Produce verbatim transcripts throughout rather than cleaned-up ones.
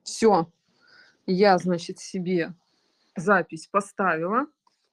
Всё, я, значит, себе запись поставила.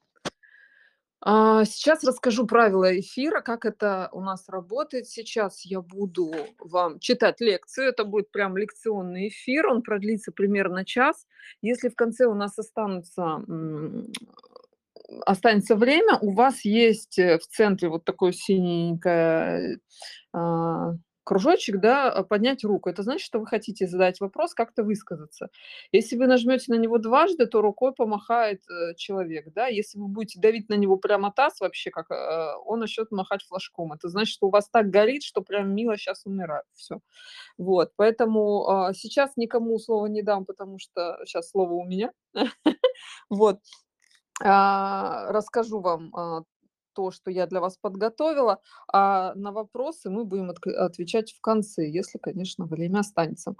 А, сейчас расскажу правила эфира, как это у нас работает. Сейчас я буду вам читать лекцию. Это будет прям лекционный эфир. Он продлится примерно час. Если в конце у нас останутся, м, останется время, у вас есть, э, в центре вот такое синенькое, а, кружочек, да, а, поднять руку. Это значит, что вы хотите задать вопрос, как-то высказаться. Если вы нажмете на него дважды, то рукой помахает, э, человек, да. Если вы будете давить на него прямо таз вообще, как, а, он начнет махать флажком. Это значит, что у вас так горит, что прям мило щас умирать. Всё. Вот, поэтому, а, сейчас никому слова не дам, потому что щас слово у меня. Вот. А, расскажу вам, а, то, что я для вас подготовила, а на вопросы мы будем отк отвечать в конце, если, конечно, время останется.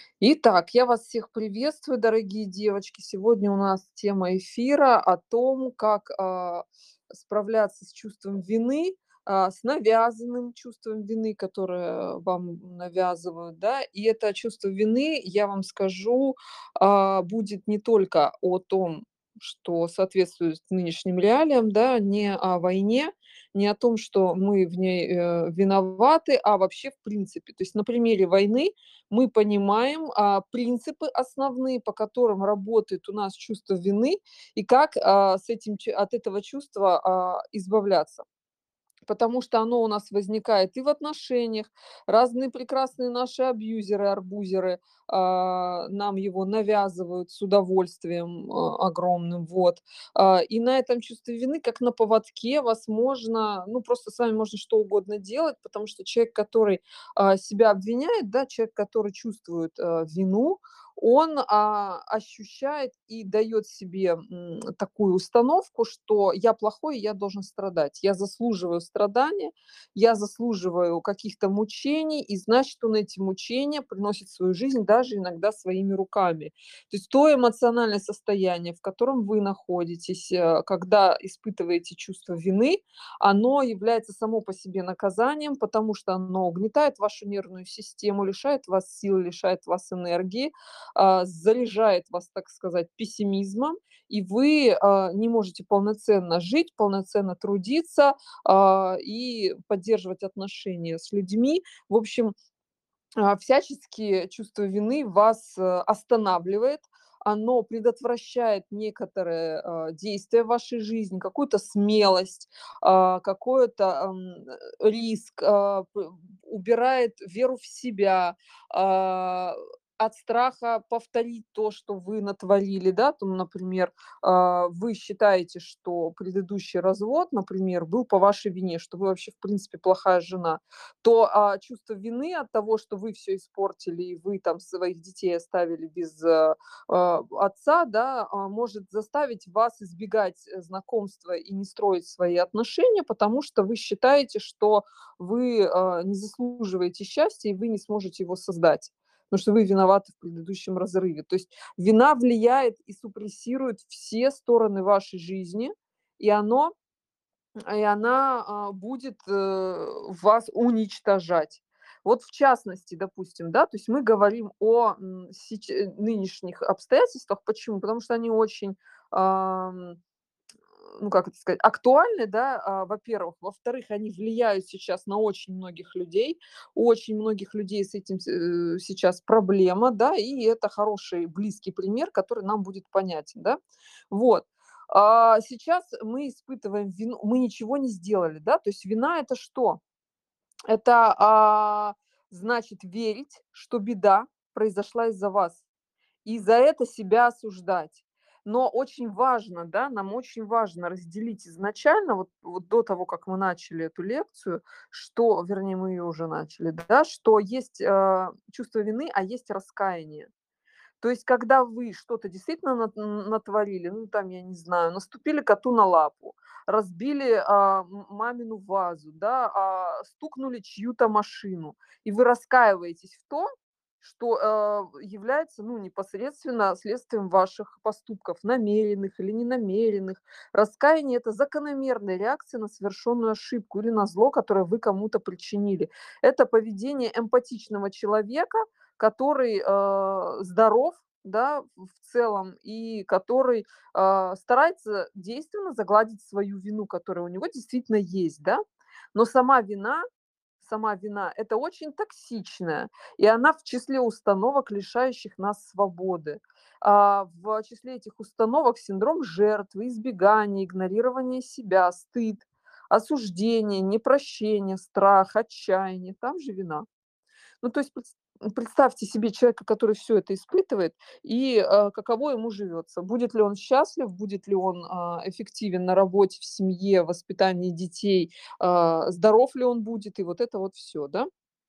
Итак, я вас всех приветствую, дорогие девочки. Сегодня у нас тема эфира о том, как, а, справляться с чувством вины, а, с навязанным чувством вины, которое вам навязывают, да. И это чувство вины, я вам скажу, а, будет не только о том, что соответствует нынешним реалиям, да, не о войне, не о том, что мы в ней, э, виноваты, а вообще в принципе. То есть на примере войны мы понимаем, а, принципы основные, по которым работает у нас чувство вины, и как, а, с этим ч от этого чувства, а, избавляться. Потому что оно у нас возникает и в отношениях. Разные прекрасные наши абьюзеры, арбузеры, а, нам его навязывают с удовольствием, а, огромным, вот. А, и на этом чувстве вины, как на поводке, вас можно, ну, просто с вами можно что угодно делать, потому что человек, который, а, себя обвиняет, да, человек, который чувствует, а, вину, он, а, ощущает и даёт себе, м, такую установку, что я плохой, и я должен страдать. Я заслуживаю страдания, я заслуживаю каких-то мучений, и значит, он эти мучения приносит в свою жизнь даже иногда своими руками. То есть то эмоциональное состояние, в котором вы находитесь, э, когда испытываете чувство вины, оно является само по себе наказанием, потому что оно угнетает вашу нервную систему, лишает вас сил, лишает вас энергии, а, заряжает вас, так сказать, пессимизмом, и вы, а, не можете полноценно жить, полноценно трудиться, а, и поддерживать отношения с людьми. В общем, а, всячески чувство вины вас, э, останавливает, оно предотвращает некоторые, а, действия в вашей жизни, какую-то смелость, а, какое-то, ам, риск, а, п убирает веру в себя, а, от страха повторить то, что вы натворили, да. Там, например, а, вы считаете, что предыдущий развод, например, был по вашей вине, что вы вообще, в принципе, плохая жена, то, а, чувство вины от того, что вы всё испортили, и вы там своих детей оставили без, а, а, отца, да, а, может заставить вас избегать, э, знакомства и не строить свои отношения, потому что вы считаете, что вы, а, не заслуживаете счастья, и вы не сможете его создать, потому что вы виноваты в предыдущем разрыве. То есть вина влияет и супрессирует все стороны вашей жизни, и оно и она, а, будет, э, вас уничтожать. Вот в частности, допустим, да, то есть мы говорим о, м, сеч нынешних обстоятельствах. Почему? Потому что они очень, ам, ну, как это сказать, актуальны, да, а, во-первых. Во-вторых, они влияют сейчас на очень многих людей. У очень многих людей с этим с э, сейчас проблема, да, и это хороший близкий пример, который нам будет понятен, да. Вот. А, сейчас мы испытываем вину, мы ничего не сделали, да. То есть вина- это что? Это, а, значит верить, что беда произошла из-за вас, и за это себя осуждать. Но очень важно, да, нам очень важно разделить изначально, вот вот до того, как мы начали эту лекцию, что, вернее, мы её уже начали, да, что есть, а, чувство вины, а есть раскаяние. То есть когда вы что-то действительно нат натворили, ну, там, я не знаю, наступили коту на лапу, разбили, а, м мамину вазу, да, а, стукнули чью-то машину, и вы раскаиваетесь в том, что, а, является, ну, непосредственно следствием ваших поступков, намеренных или ненамеренных. Раскаяние- это закономерная реакция на совершенную ошибку или на зло, которое вы кому-то причинили. Это поведение эмпатичного человека, который, э, здоров, да, в в целом, и который, а, старается действенно загладить свою вину, которая у него действительно есть, да. Но сама вина сама вина- это очень токсичная, и она в числе установок, лишающих нас свободы. А, в числе этих установок синдром жертвы, избегание, игнорирование себя, стыд, осуждение, непрощение, страх, отчаяние. Там же вина. Ну, то есть представь представьте себе человека, который все это испытывает, и, э, каково ему живется. Будет ли он счастлив, будет ли он, а, эффективен на работе, в семье, в воспитании детей, а, здоров ли он будет, и вот это вот все, да?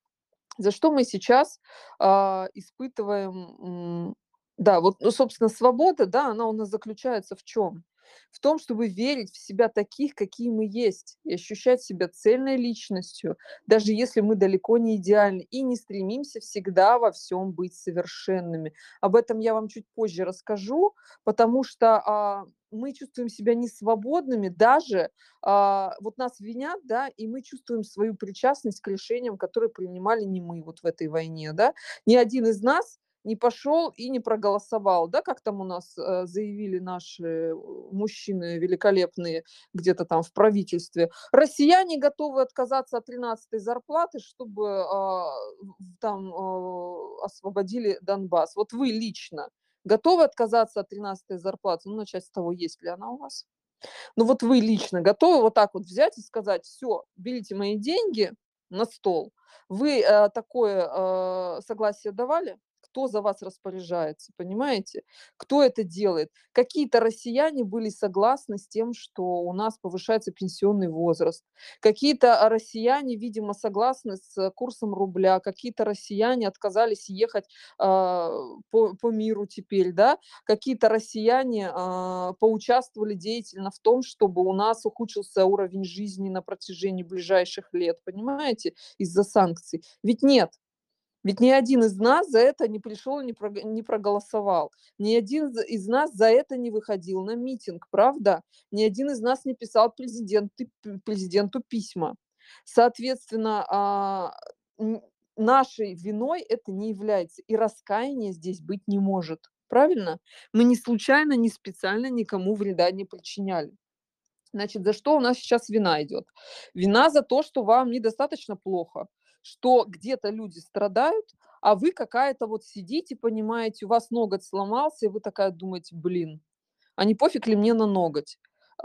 За что мы сейчас, а, испытываем, м, да, вот, ну, собственно, свобода, да, она у нас заключается в чем? В том, чтобы верить в себя таких, какие мы есть, и ощущать себя цельной личностью, даже если мы далеко не идеальны и не стремимся всегда во всем быть совершенными. Об этом я вам чуть позже расскажу, потому что, а, мы чувствуем себя несвободными даже, а, вот нас винят, да, и мы чувствуем свою причастность к решениям, которые принимали не мы вот в этой войне, да. Ни один из нас не пошел и не проголосовал, да, как там у нас, э, заявили наши, э, мужчины великолепные где-то там в правительстве. Россияне готовы отказаться от тринадцатой зарплаты, чтобы, а, в там, а, освободили Донбасс. Вот вы лично готовы отказаться от тринадцатой зарплаты? Ну, начать с того, есть ли она у вас? Ну вот вы лично готовы вот так вот взять и сказать: "Все, берите мои деньги на стол"? Вы, э, такое, э, согласие давали? Кто за вас распоряжается, понимаете? Кто это делает? Какие-то россияне были согласны с тем, что у нас повышается пенсионный возраст. Какие-то, а, россияне, видимо, согласны с курсом рубля. Какие-то россияне отказались ехать, а, по по миру теперь, да. Какие-то россияне, а, поучаствовали деятельно в том, чтобы у нас ухудшился уровень жизни на протяжении ближайших лет, понимаете, из-за санкций. Ведь нет, ведь ни один из нас за это не пришел и не прог не проголосовал. Ни один з из нас за это не выходил на митинг, правда? Ни один из нас не писал президенты президенту письма. Соответственно, а, н нашей виной это не является, и раскаяния здесь быть не может. Правильно? Мы не случайно, не специально никому вреда не причиняли. Значит, за что у нас сейчас вина идет? Вина за то, что вам недостаточно плохо, что где-то люди страдают, а вы какая-то вот сидите, понимаете, у вас ноготь сломался, и вы такая думаете: "Блин, а не пофиг ли мне на ноготь?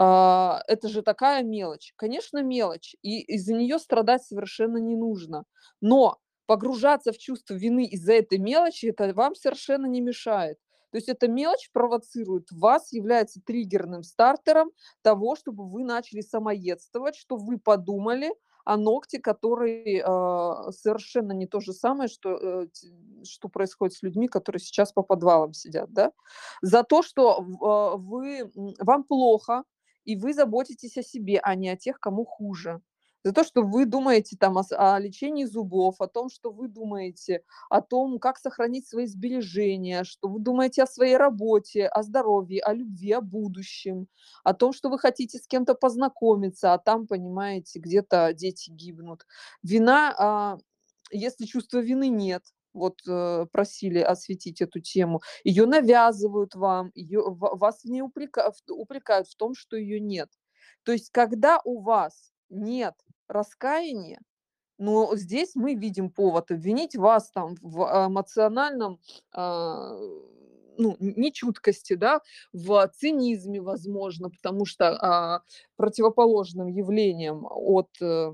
А, это же такая мелочь". Конечно, мелочь, и из-за нее страдать совершенно не нужно. Но погружаться в чувство вины из-за этой мелочи- это вам совершенно не мешает. То есть эта мелочь провоцирует в вас, является триггерным стартером того, чтобы вы начали самоедствовать, что вы подумали о ногте, который, а, совершенно не то же самое, что, э, т что происходит с людьми, которые сейчас по подвалам сидят, да. За то, что в а, вы, м, вам плохо, и вы заботитесь о себе, а не о тех, кому хуже. За то, что вы думаете там о с о лечении зубов, о том, что вы думаете о том, как сохранить свои сбережения, что вы думаете о своей работе, о здоровье, о любви, о будущем, о том, что вы хотите с кем-то познакомиться, а там, понимаете, где-то дети гибнут. Вина, а, если чувства вины нет, вот, э, просили осветить эту тему, ее навязывают вам, ее ва вас в ней упрека в упрекают в том, что ее нет. То есть когда у вас нет раскаяния, но здесь мы видим повод обвинить вас там в эмоциональном, а, ну, н нечуткости, да, в цинизме, возможно, потому что, а, противоположным явлением от, э,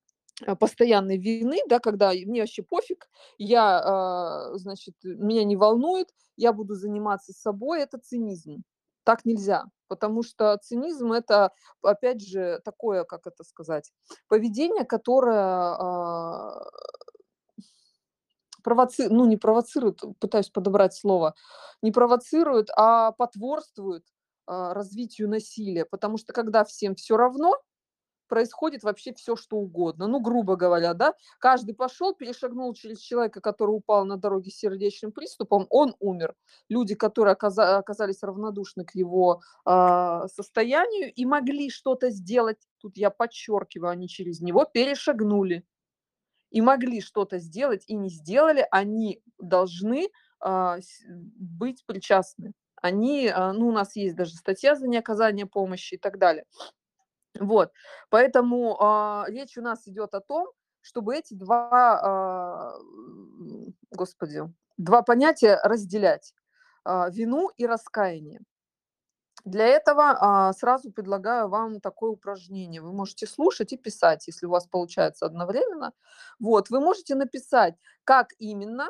а, постоянной вины, да, когда и мне вообще пофиг, я, а, значит, меня не волнует, я буду заниматься собой- это цинизм. Так нельзя, потому что цинизм- это, опять же, такое, как это сказать, поведение, которое, а, провоци ну, не провоцирует, пытаюсь подобрать слово, не провоцирует, а потворствует, а, развитию насилия. Потому что когда всем все равно, происходит вообще все что угодно. Ну, грубо говоря, да, каждый пошел, перешагнул через человека, который упал на дороге с сердечным приступом, он умер. Люди, которые оказа оказались равнодушны к его, а, состоянию и могли что-то сделать, тут я подчеркиваю, они через него перешагнули. и могли что-то сделать, и не сделали, они должны, а, с быть причастны. Они, а, ну, у нас есть даже статья за неоказание помощи и так далее. Вот, поэтому, а, речь у нас идет о том, чтобы эти два, а, м, господи, два понятия разделять, а, вину и раскаяние. Для этого, а, сразу предлагаю вам такое упражнение. Вы можете слушать и писать, если у вас получается одновременно. Вот, вы можете написать, как именно,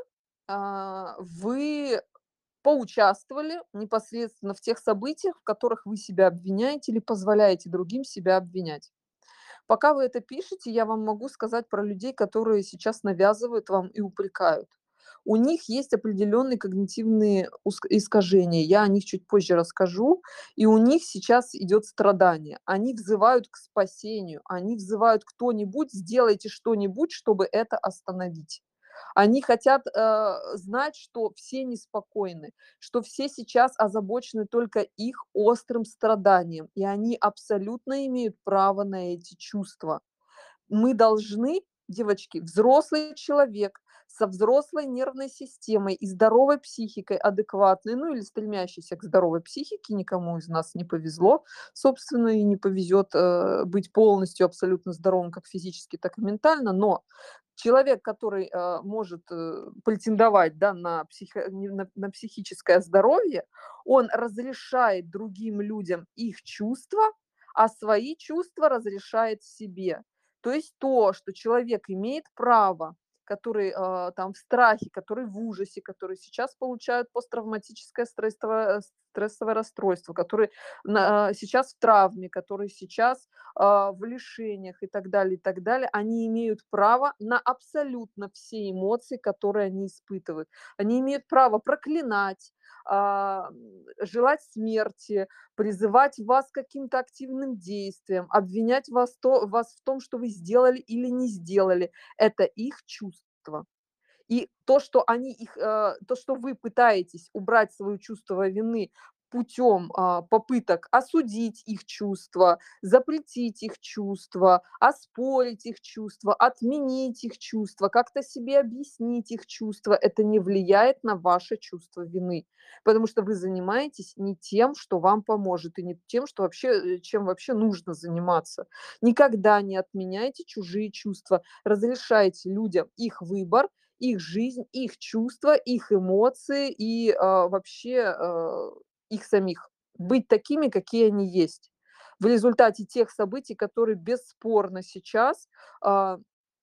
а, вы поучаствовали непосредственно в тех событиях, в которых вы себя обвиняете или позволяете другим себя обвинять. Пока вы это пишете, я вам могу сказать про людей, которые сейчас навязывают вам и упрекают. У них есть определенные когнитивные уск- искажения. Я о них чуть позже расскажу. И у них сейчас идет страдание. Они взывают к спасению. Они взывают кто-нибудь, сделайте что-нибудь, чтобы это остановить. Они хотят э, знать, что все неспокойны, что все сейчас озабочены только их острым страданием, и они абсолютно имеют право на эти чувства. Мы должны, девочки, взрослый человек со взрослой нервной системой и здоровой психикой, адекватной, ну или стремящейся к здоровой психике, никому из нас не повезло, собственно, и не повезет э, быть полностью абсолютно здоровым как физически, так и ментально, но человек, который э, может э, претендовать, да, на, психо- не- на, на психическое здоровье, он разрешает другим людям их чувства, а свои чувства разрешает себе. То есть то, что человек имеет право, который э, там в страхе, который в ужасе, который сейчас получают посттравматическое стрессовое, стрессовое расстройство, который на- сейчас в травме, который сейчас а, в лишениях и так далее, и так далее, они имеют право на абсолютно все эмоции, которые они испытывают. Они имеют право проклинать, а, желать смерти, призывать вас к каким-то активным действиям, обвинять вас, то, вас в том, что вы сделали или не сделали. Это их чувства. И то, что они их, э, то, что вы пытаетесь убрать свое чувство вины путем а, попыток осудить их чувства, запретить их чувства, оспорить их чувства, отменить их чувства, как-то себе объяснить их чувства, это не влияет на ваше чувство вины, потому что вы занимаетесь не тем, что вам поможет, и не тем, что вообще, э, чем вообще нужно заниматься. Никогда не отменяйте чужие чувства, разрешайте людям их выбор, их жизнь, их чувства, их эмоции и, а, вообще, а, их самих. Быть такими, какие они есть. В результате тех событий, которые бесспорно сейчас, а,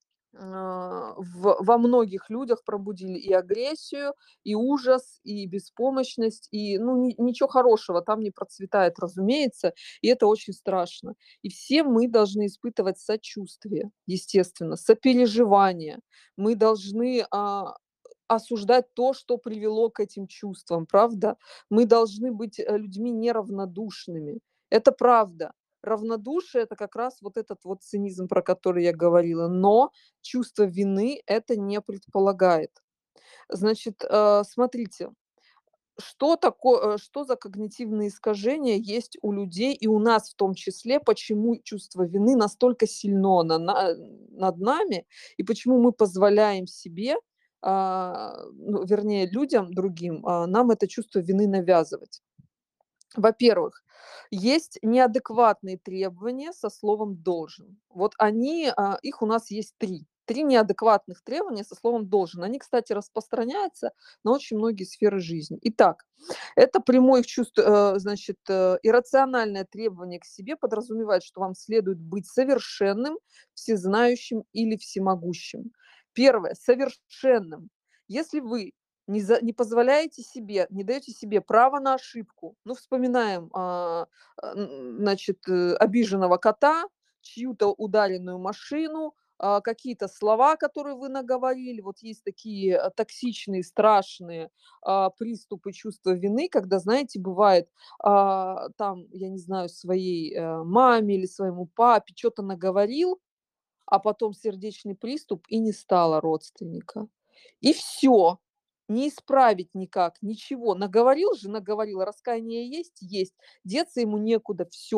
а, в во многих людях пробудили и агрессию, и ужас, и беспомощность, и, ну, ни ничего хорошего там не процветает, разумеется, и это очень страшно. И все мы должны испытывать сочувствие, естественно, сопереживание. Мы должны, а, осуждать то, что привело к этим чувствам, правда? Мы должны быть, э, людьми неравнодушными. Это правда. Равнодушие — это как раз вот этот вот цинизм, про который я говорила, но чувство вины это не предполагает. Значит, э, смотрите, что такое, э, что за когнитивные искажения есть у людей и у нас в том числе, почему чувство вины настолько сильно на на над нами, и почему мы позволяем себе, а, ну, вернее, людям другим, а, нам это чувство вины навязывать. Во-первых, есть неадекватные требования со словом "должен". Вот они, а, их у нас есть три. Три неадекватных требования со словом "должен". Они, кстати, распространяются на очень многие сферы жизни. Итак, это прямое чувство, э, значит, э, иррациональное требование к себе подразумевает, что вам следует быть совершенным, всезнающим или всемогущим. Первое — совершенным. Если вы не за не позволяете себе, не даете себе право на ошибку. Ну, вспоминаем, а, а, н значит, э, обиженного кота, чью-то ударенную машину, а, какие-то слова, которые вы наговорили. Вот есть такие, а, токсичные, страшные, а, приступы чувства вины, когда, знаете, бывает, а, там, я не знаю, своей, э, маме или своему папе что то наговорил, а потом сердечный приступ, и не стало родственника. И все, не исправить никак, ничего. Наговорил же, наговорил, раскаяние есть? Есть. Деться ему некуда, все,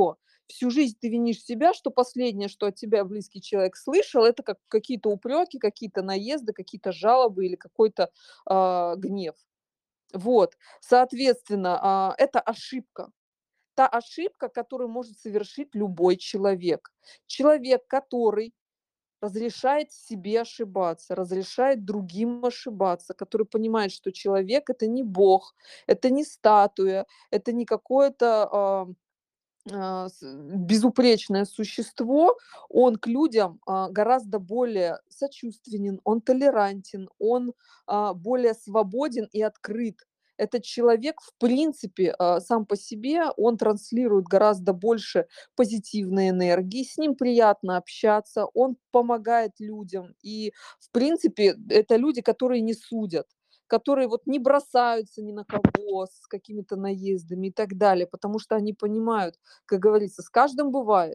Всю жизнь ты винишь себя, что последнее, что от тебя близкий человек слышал, это как какие-то упреки, какие-то наезды, какие-то жалобы или какой-то, а, гнев. Вот, соответственно, а, это ошибка. Та ошибка, которую может совершить любой человек. Человек, который разрешает себе ошибаться, разрешает другим ошибаться, который понимает, что человек — это не бог, это не статуя, это не какое-то, а, а, с безупречное существо, он к людям, а, гораздо более сочувственен, он толерантен, он, а, более свободен и открыт. Этот человек, в принципе, а, сам по себе, он транслирует гораздо больше позитивной энергии, с ним приятно общаться, он помогает людям. И, в принципе, это люди, которые не судят, которые вот не бросаются ни на кого с какими-то наездами и так далее, потому что они понимают, как говорится, с каждым бывает.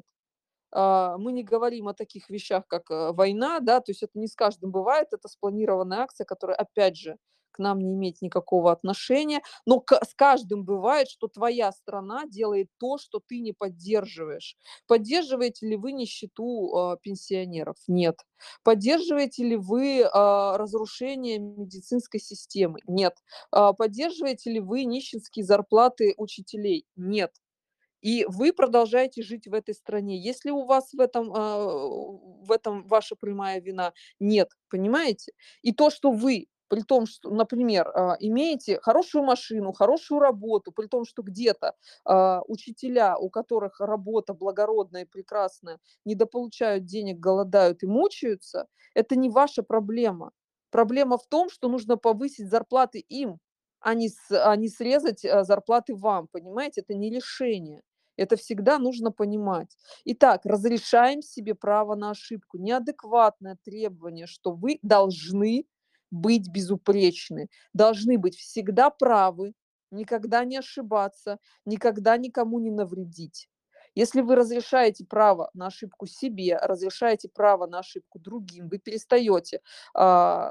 А, мы не говорим о таких вещах, как, э, война, да, то есть это не с каждым бывает, это спланированная акция, которая, опять же, к нам не имеет никакого отношения. Но ка с каждым бывает, что твоя страна делает то, что ты не поддерживаешь. Поддерживаете ли вы нищету, а, пенсионеров? Нет. Поддерживаете ли вы, а, разрушение медицинской системы? Нет. А, поддерживаете ли вы нищенские зарплаты учителей? Нет. И вы продолжаете жить в этой стране. Если у вас в этом, а, в этом ваша прямая вина? Нет, понимаете? И то, что вы, при том, что, например, а, имеете хорошую машину, хорошую работу, при том, что где-то, а, учителя, у которых работа благородная и прекрасная, недополучают денег, голодают и мучаются, это не ваша проблема. Проблема в том, что нужно повысить зарплаты им, а не с а не срезать, а, зарплаты вам, понимаете? Это не решение. Это всегда нужно понимать. Итак, разрешаем себе право на ошибку. Неадекватное требование, что вы должны быть безупречны, должны быть всегда правы, никогда не ошибаться, никогда никому не навредить. Если вы разрешаете право на ошибку себе, разрешаете право на ошибку другим, вы перестаете, а,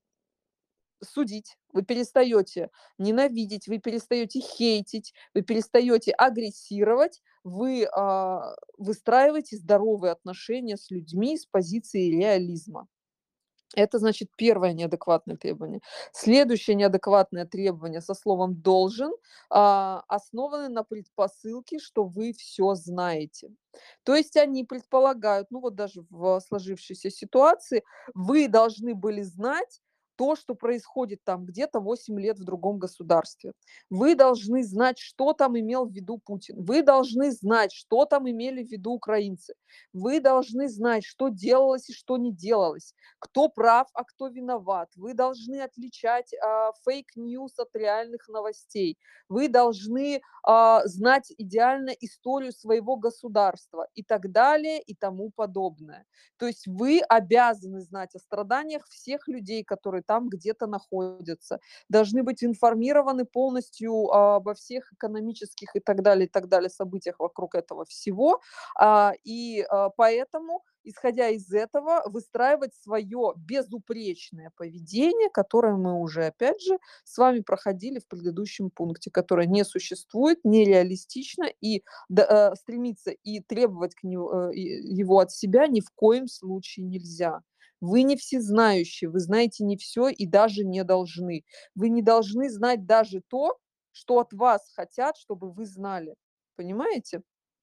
судить, вы перестаете ненавидеть, вы перестаете хейтить, вы перестаете агрессировать, вы, а, выстраиваете здоровые отношения с людьми с позиции реализма. Это, значит, первое неадекватное требование. Следующее неадекватное требование со словом "должен", а, основаны на предпосылке, что вы все знаете. То есть они предполагают, ну вот даже в сложившейся ситуации, вы должны были знать то, что происходит там где-то восемь лет в другом государстве. Вы должны знать, что там имел в виду Путин. Вы должны знать, что там имели в виду украинцы. Вы должны знать, что делалось и что не делалось, кто прав, а кто виноват. Вы должны отличать, а, фейк-ньюс от реальных новостей. Вы должны, а, знать идеально историю своего государства и так далее, и тому подобное. То есть вы обязаны знать о страданиях всех людей, которые там где-то находятся, должны быть информированы полностью обо всех экономических и так далее, и так далее событиях вокруг этого всего. А, и, а, поэтому, исходя из этого, выстраивать свое безупречное поведение, которое мы уже, опять же, с вами проходили в предыдущем пункте, которое не существует, нереалистично, и да, э, стремиться и требовать к него, э, и его от себя ни в коем случае нельзя. Вы не всезнающие, вы знаете не все и даже не должны. Вы не должны знать даже то, что от вас хотят, чтобы вы знали. Понимаете?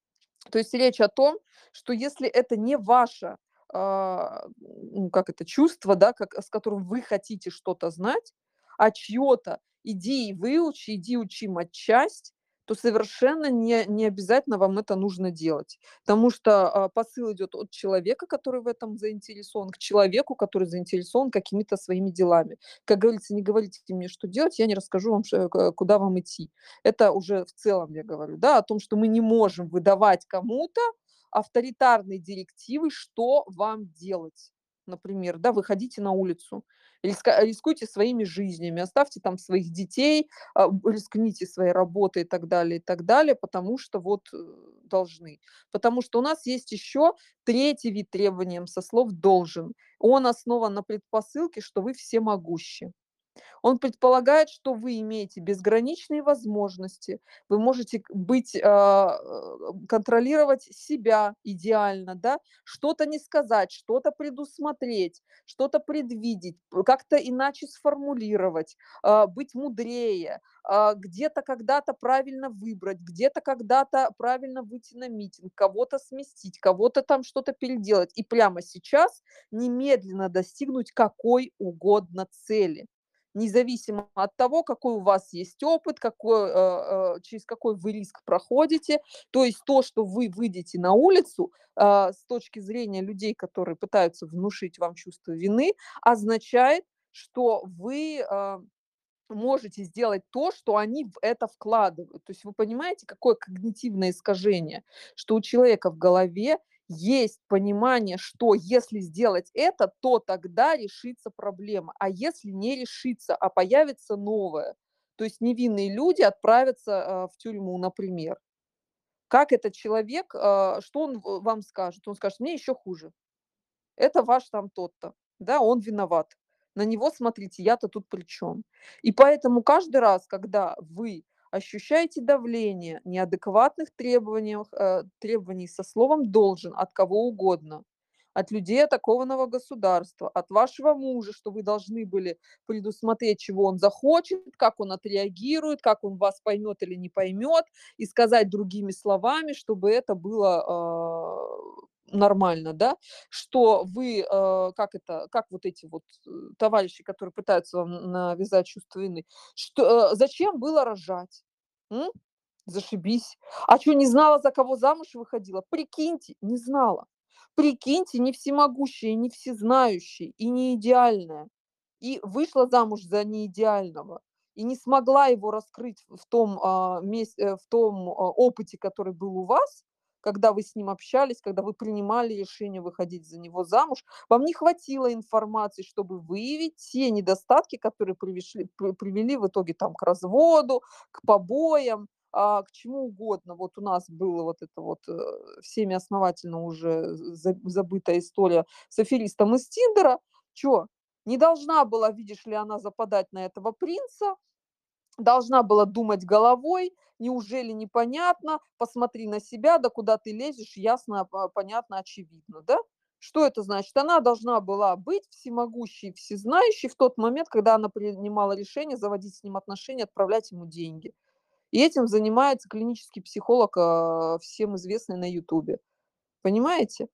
То есть речь о том, что если это не ваше, а, ну, как это, чувство, да, как, с которым вы хотите что-то знать, а чьё-то: "Иди и выучи, иди учи матчасть", то совершенно не не обязательно вам это нужно делать. Потому что, а, посыл идет от человека, который в этом заинтересован, к человеку, который заинтересован какими-то своими делами. Как говорится, не говорите мне, что делать, я не расскажу вам, ш к куда вам идти. Это уже в целом я говорю, да, о том, что мы не можем выдавать кому-то авторитарные директивы, что вам делать. Например, да, выходите на улицу, риска рискуйте своими жизнями, оставьте там своих детей, а, б рискните своей работой и так далее, и так далее, потому что вот, э, должны. Потому что у нас есть еще третий вид требованием со слов "должен". Он основан на предпосылке, что вы всемогущи. Он предполагает, что вы имеете безграничные возможности, вы можете к быть, а, э, контролировать себя идеально, да, что-то не сказать, что-то предусмотреть, что-то предвидеть, п как-то иначе сформулировать, а, быть мудрее, а, где-то когда-то правильно выбрать, где-то когда-то правильно выйти на митинг, кого-то сместить, кого-то там что-то переделать и прямо сейчас немедленно достигнуть какой угодно цели. Независимо от того, какой у вас есть опыт, какой, э, э, через какой вы риск проходите. То есть то, что вы выйдете на улицу, а, с точки зрения людей, которые пытаются внушить вам чувство вины, означает, что вы, а, можете сделать то, что они в это вкладывают. То есть вы понимаете, какое когнитивное искажение, что у человека в голове есть понимание, что если сделать это, то тогда решится проблема, а если не решится, а появится новое, то есть невинные люди отправятся, а, в тюрьму, например. Как этот человек, а, что он в вам скажет? Он скажет: "Мне еще хуже". Это ваш там тот-то, да, он виноват. На него смотрите, я-то тут при чём? И поэтому каждый раз, когда вы ощущаете давление, неадекватных требованиях, э, требований со словом "должен" от кого угодно, от людей атакованного государства, от вашего мужа, что вы должны были предусмотреть, чего он захочет, как он отреагирует, как он вас поймет или не поймет, и сказать другими словами, чтобы это было, а, нормально, да. Что вы, э, как это, как вот эти вот, э, товарищи, которые пытаются вам н навязать чувство вины, что, э: "Зачем было рожать? М? Зашибись. А чё, не знала, за кого замуж выходила? Прикиньте, не знала. Прикиньте, не всемогущая, не всезнающая и не идеальная. И вышла замуж за неидеального, и не смогла его раскрыть в том, а, мес э, в том, а, опыте, который был у вас, когда вы с ним общались, когда вы принимали решение выходить за него замуж. Вам не хватило информации, чтобы выявить те недостатки, которые привешли при привели в итоге там к разводу, к побоям, а, к чему угодно. Вот у нас было вот это вот, э, всеми основательно уже з за забытая история с аферистом из "Тиндера". Чё, не должна была, видишь ли, она западать на этого принца, должна была думать головой. Неужели непонятно? Посмотри на себя, да куда ты лезешь, ясно, по понятно, очевидно, да? Что это значит? Она должна была быть всемогущей, всезнающей в тот момент, когда она принимала решение заводить с ним отношения, отправлять ему деньги. И этим занимается клинический психолог, а, всем известный на "Ютубе". Понимаете?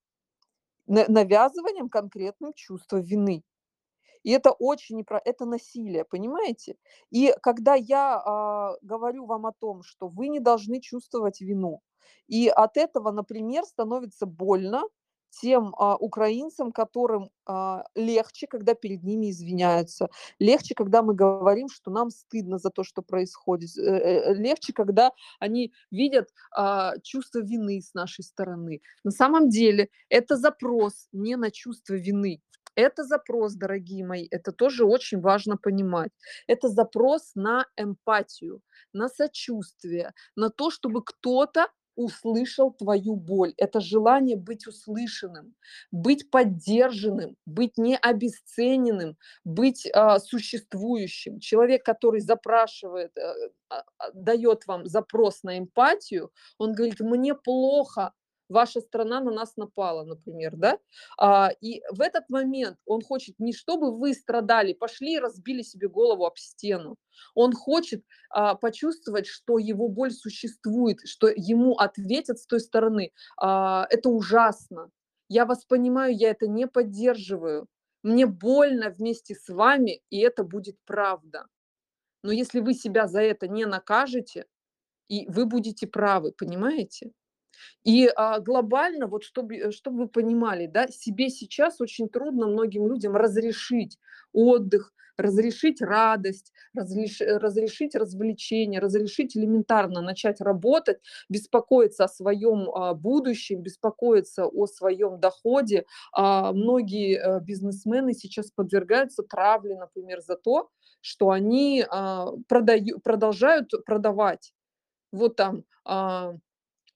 На навязыванием конкретным чувства вины. И это очень непра это насилие, понимаете? И когда я, а, говорю вам о том, что вы не должны чувствовать вину, и от этого, например, становится больно тем, а, украинцам, которым, а, легче, когда перед ними извиняются, легче, когда мы говорим, что нам стыдно за то, что происходит, э, э, легче, когда они видят, а, чувство вины с нашей стороны. На самом деле это запрос не на чувство вины. Это запрос, дорогие мои, это тоже очень важно понимать. Это запрос на эмпатию, на сочувствие, на то, чтобы кто-то услышал твою боль. Это желание быть услышанным, быть поддержанным, быть не обесцененным, быть, а, существующим. Человек, который запрашивает, э, а, а, даёт вам запрос на эмпатию, он говорит: "Мне плохо, ваша страна на нас напала", например, да. А, и в этот момент он хочет не чтобы вы страдали, пошли и разбили себе голову об стену. Он хочет, а, почувствовать, что его боль существует, что ему ответят с той стороны: "А, это ужасно. Я вас понимаю, я это не поддерживаю. Мне больно вместе с вами, и это будет правда. Но если вы себя за это не накажете, и вы будете правы". Понимаете? И, а, глобально, вот чтобы, э, чтобы вы понимали, да, себе сейчас очень трудно многим людям разрешить отдых, разрешить радость, разреш разрешить развлечения, разрешить элементарно начать работать, беспокоиться о своем, а, будущем, беспокоиться о своем доходе. А, многие, э, бизнесмены сейчас подвергаются травле, например, за то, что они, а, продаю продолжают продавать. Вот там, а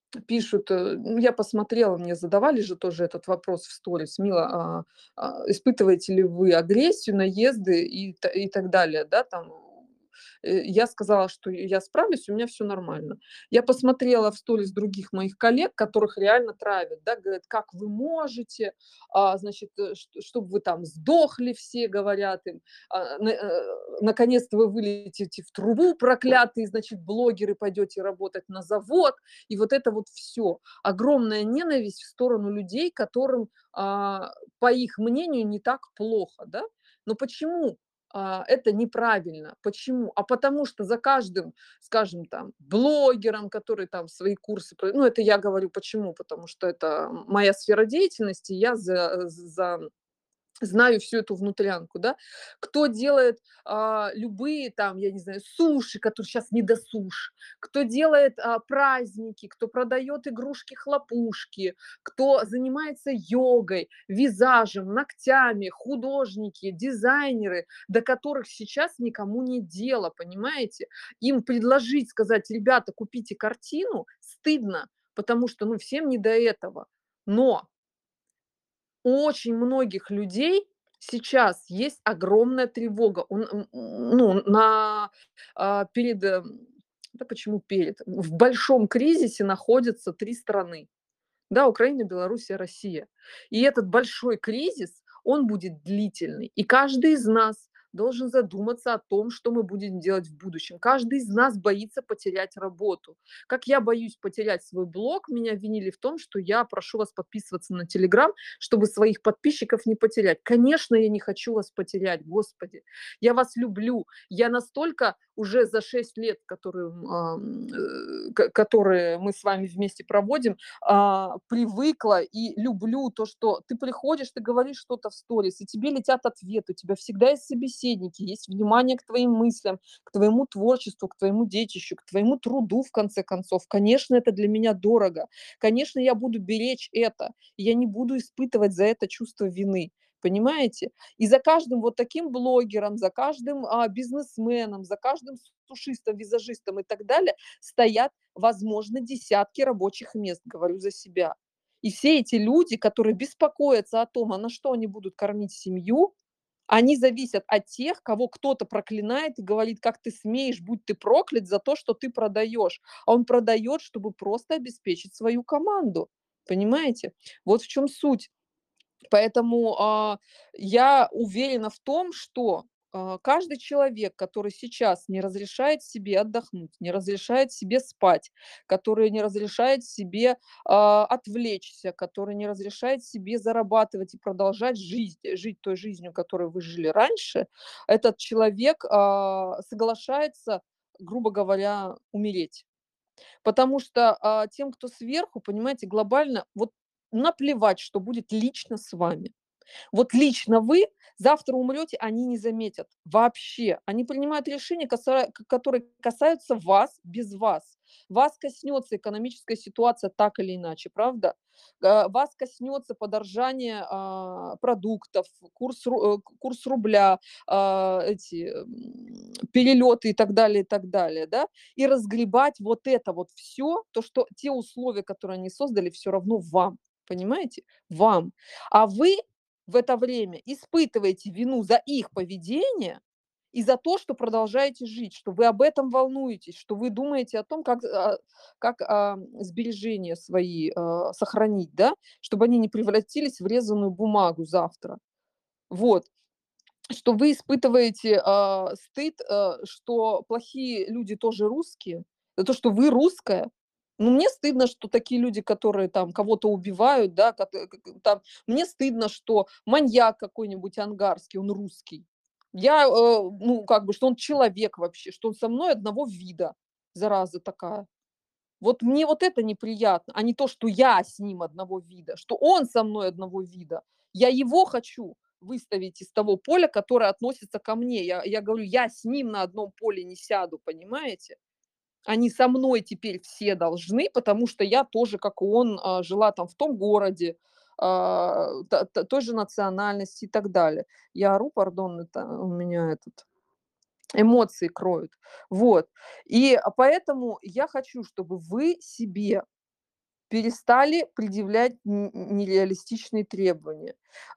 Пишут, э, ну, я посмотрела, мне задавали же тоже этот вопрос в сторис: "Мила, а, а, испытываете ли вы агрессию, наезды и т и так далее?" Да, там. Э, я сказала, что я справлюсь, у меня все нормально. Я посмотрела в сторис других моих коллег, которых реально травят, да, говорят: "Как вы можете? А, значит, э, ш чтоб вы там сдохли все", говорят им. А, на э, "Наконец-то вы вылетите в трубу, проклятые, значит, блогеры, пойдете работать на завод". И вот это вот все. Огромная ненависть в сторону людей, которым, а, по их мнению, не так плохо, да. Но почему, а, это неправильно? Почему? А потому что за каждым, скажем, там, блогером, который там свои курсы про ну, это я говорю почему, потому что это моя сфера деятельности, я за за знаю всю эту внутрянку, да. Кто делает, а, любые там, я не знаю, суши, которые сейчас не до суш, кто делает, а, праздники, кто продает игрушки-хлопушки, кто занимается йогой, визажем, ногтями, художники, дизайнеры, до которых сейчас никому нет дела, понимаете? Им предложить, сказать: "Ребята, купите картину", стыдно, потому что, ну, всем не до этого. Но у очень многих людей сейчас есть огромная тревога. Он, м, ну, на, а, перед, эм, да почему перед, в большом кризисе находятся три страны. Да, Украина, Белоруссия, Россия. И этот большой кризис, он будет длительный. И каждый из нас должен задуматься о том, что мы будем делать в будущем. Каждый из нас боится потерять работу. Как я боюсь потерять свой блог, меня обвинили в том, что я прошу вас подписываться на Телеграм, чтобы своих подписчиков не потерять. Конечно, я не хочу вас потерять, господи. Я вас люблю. Я настолько уже за шесть лет, которые, ам, э, ко- которые мы с вами вместе проводим, а, привыкла и люблю то, что ты приходишь, ты говоришь что-то в сторис, и тебе летят ответы, у тебя всегда есть собеседники, есть внимание к твоим мыслям, к твоему творчеству, к твоему детищу, к твоему труду, в конце концов. Конечно, это для меня дорого. Конечно, я буду беречь это, и я не буду испытывать за это чувство вины. Понимаете? И за каждым вот таким блогером, за каждым а, бизнесменом, за каждым сушистом, визажистом и так далее стоят, возможно, десятки рабочих мест, говорю за себя. И все эти люди, которые беспокоятся о том, а на что они будут кормить семью, они зависят от тех, кого кто-то проклинает и говорит: "Как ты смеешь, будь ты проклят за то, что ты продаешь". А он продает, чтобы просто обеспечить свою команду. Понимаете? Вот в чем суть. Поэтому, а, я уверена в том, что, а, каждый человек, который сейчас не разрешает себе отдохнуть, не разрешает себе спать, который не разрешает себе, а, отвлечься, который не разрешает себе зарабатывать и продолжать жизнь жить той жизнью, которой вы жили раньше, этот человек, а, соглашается, грубо говоря, умереть. Потому что, а, тем, кто сверху, понимаете, глобально вот наплевать, что будет лично с вами. Вот лично вы завтра умрете, они не заметят вообще. Они принимают решения, касая к которые касаются вас без вас. Вас коснется экономическая ситуация так или иначе, правда? Э, вас коснется подорожание, а, продуктов, курс ру э, курс рубля, а, эти, м, перелеты и так далее, и так далее, да. И разгребать вот это вот все, то, что те условия, которые они создали, все равно вам. Понимаете? Вам. А вы в это время испытываете вину за их поведение и за то, что продолжаете жить, что вы об этом волнуетесь, что вы думаете о том, как, а, как а, сбережения свои а, сохранить, да, чтобы они не превратились в резаную бумагу завтра. Вот. Что вы испытываете, а, стыд, а, что плохие люди тоже русские, за то, что вы русская. Ну, мне стыдно, что такие люди, которые там кого-то убивают, да, кат э, к к там. Мне стыдно, что маньяк какой-нибудь ангарский, он русский. Я, э, ну, как бы, что он человек вообще, что он со мной одного вида, зараза такая. Вот мне вот это неприятно, а не то, что я с ним одного вида, что он со мной одного вида. Я его хочу выставить из того поля, которое относится ко мне. Я, я говорю, я с ним на одном поле не сяду, понимаете? Они со мной теперь все должны, потому что я тоже, как и он, а, жила там в том городе, а, та- та- той же национальности и так далее. Я ору, пардон, это у меня этот эмоции кроют. Вот. И а, поэтому я хочу, чтобы вы себе перестали предъявлять н нереалистичные требования.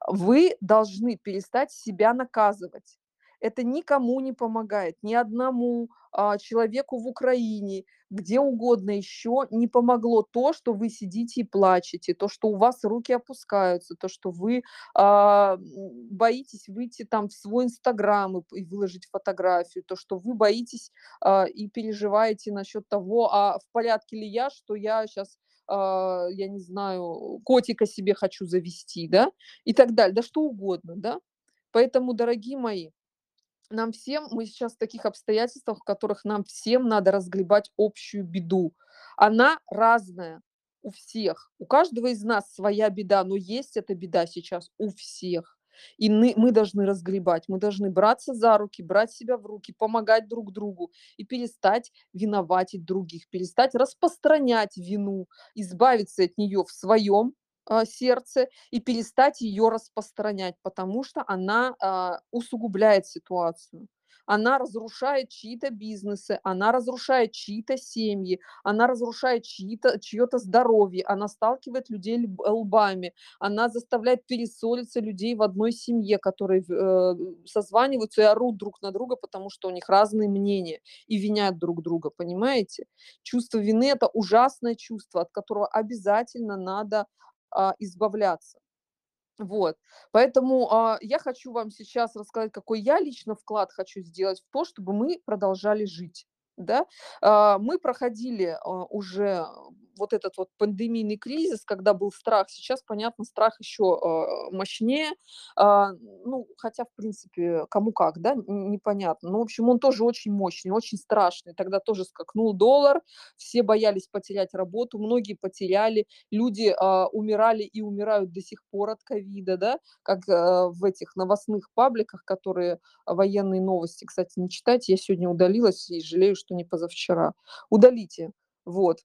Вы должны перестать себя наказывать. Это никому не помогает, ни одному, а, человеку в Украине, где угодно еще не помогло то, что вы сидите и плачете, то, что у вас руки опускаются, то, что вы, а, м, боитесь выйти там в свой "Инстаграм" и п и выложить фотографию, то, что вы боитесь, а, и переживаете насчет того, а в порядке ли я, что я сейчас, а, я не знаю, котика себе хочу завести, да, и так далее, да что угодно, да. Поэтому, дорогие мои, нам всем мы сейчас в таких обстоятельствах, в которых нам всем надо разгребать общую беду. Она разная у всех. У каждого из нас своя беда, но есть эта беда сейчас у всех. И ны мы должны разгребать, мы должны браться за руки, брать себя в руки, помогать друг другу и перестать виноватить других, перестать распространять вину, избавиться от нее в своем, а, сердце и перестать ее распространять, потому что она, а, усугубляет ситуацию. Она разрушает чьи-то бизнесы, она разрушает чьи-то семьи, она разрушает чьи-то чье-то здоровье, она сталкивает людей льб лбами, она заставляет перессориться людей в одной семье, которые в э, созваниваются и орут друг на друга, потому что у них разные мнения, и винят друг друга, понимаете? Чувство вины- это ужасное чувство, от которого обязательно надо, а, избавляться. Вот. Поэтому, а, я хочу вам сейчас рассказать, какой я лично вклад хочу сделать в то, чтобы мы продолжали жить, да. А, мы проходили, а, уже вот этот вот пандемийный кризис, когда был страх. Сейчас, понятно, страх еще, а, мощнее. А, ну, хотя, в принципе, кому как, да, н непонятно. Ну, в общем, он тоже очень мощный, очень страшный. Тогда тоже скакнул доллар, все боялись потерять работу, многие потеряли. Люди, а, умирали и умирают до сих пор от ковида, да, как, э, в этих новостных пабликах, которые а, военные новости. Кстати, не читайте, я сегодня удалилась и жалею, что не позавчера. Удалите. Вот.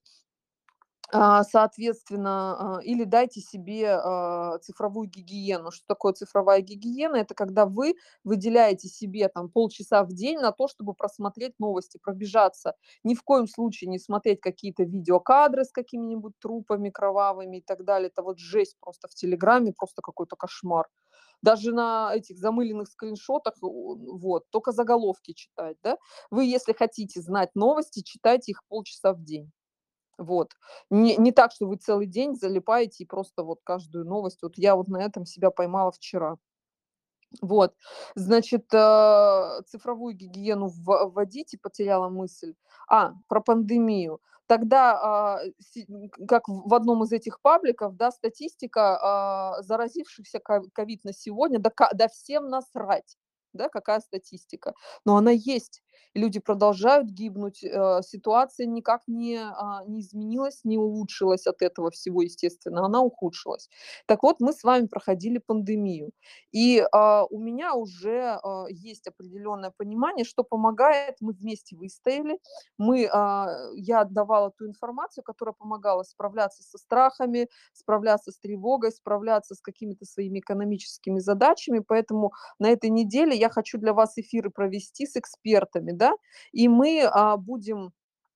А, соответственно, а, или дайте себе, а, цифровую гигиену. Что такое цифровая гигиена? Это когда вы выделяете себе там полчаса в день на то, чтобы просмотреть новости, пробежаться. Ни в коем случае не смотреть какие-то видеокадры с какими-нибудь трупами кровавыми и так далее. Это вот жесть просто в "Телеграме", просто какой-то кошмар. Даже на этих замыленных скриншотах, у вот, только заголовки читать, да. Вы, если хотите знать новости, читайте их полчаса в день. Вот. Не не так, что вы целый день залипаете и просто вот каждую новость. Вот я вот на этом себя поймала вчера. Вот. Значит, э, цифровую гигиену вва вводите, потеряла мысль. А, про пандемию. Тогда, а, си м, к как в одном из этих пабликов, да, статистика, а, заразившихся ко ковид на сегодня, да ка да всем насрать, да, какая статистика. Но она есть. И люди продолжают гибнуть. Э, ситуация никак не, а, не изменилась, не улучшилась от этого всего, естественно, она ухудшилась. Так вот, мы с вами проходили пандемию. И, а, у меня уже, а, есть определенное понимание, что помогает. Мы вместе выстояли. Мы, а, я отдавала ту информацию, которая помогала справляться со страхами, справляться с тревогой, справляться с какими-то своими экономическими задачами. Поэтому на этой неделе я хочу для вас эфиры провести с экспертами, да, и мы, а, будем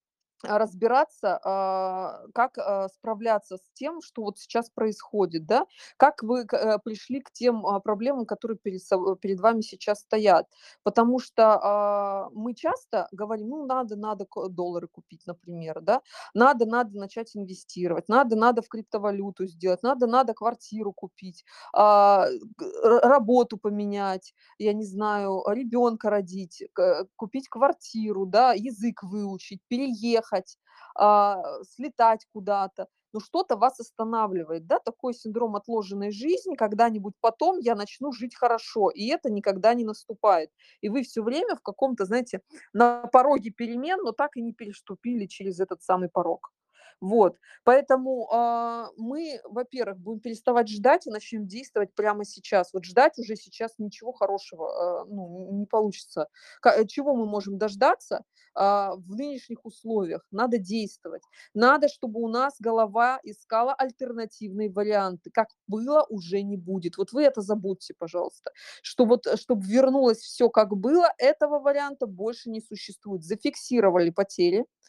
а, разбираться, а, как, а, справляться с тем, что вот сейчас происходит, да. Как вы к э, пришли к тем, а, проблемам, которые перед соб перед вами сейчас стоят. Потому что, а, мы часто говорим: "Ну, надо надо ко доллары купить", например, да. "Надо надо начать инвестировать", "Надо надо в криптовалюту сделать", "Надо надо квартиру купить", а, г р работу поменять, я не знаю, ребенка родить, к купить квартиру, да, язык выучить, переехать, а, слетать куда-то. Но что-то вас останавливает, да, такой синдром отложенной жизни, когда-нибудь потом я начну жить хорошо, и это никогда не наступает. И вы все время в каком-то, знаете, на пороге перемен, но так и не переступили через этот самый порог. Вот. Поэтому, а, мы, во-первых, будем переставать ждать и начнем действовать прямо сейчас. Вот ждать уже сейчас ничего хорошего, а, ну, н не получится. Ка чего мы можем дождаться, а, в нынешних условиях? Надо действовать. Надо, чтобы у нас голова искала альтернативные варианты. Как было, уже не будет. Вот вы это забудьте, пожалуйста. Что вот, э, чтоб вернулось все как было, этого варианта больше не существует. Зафиксировали потери,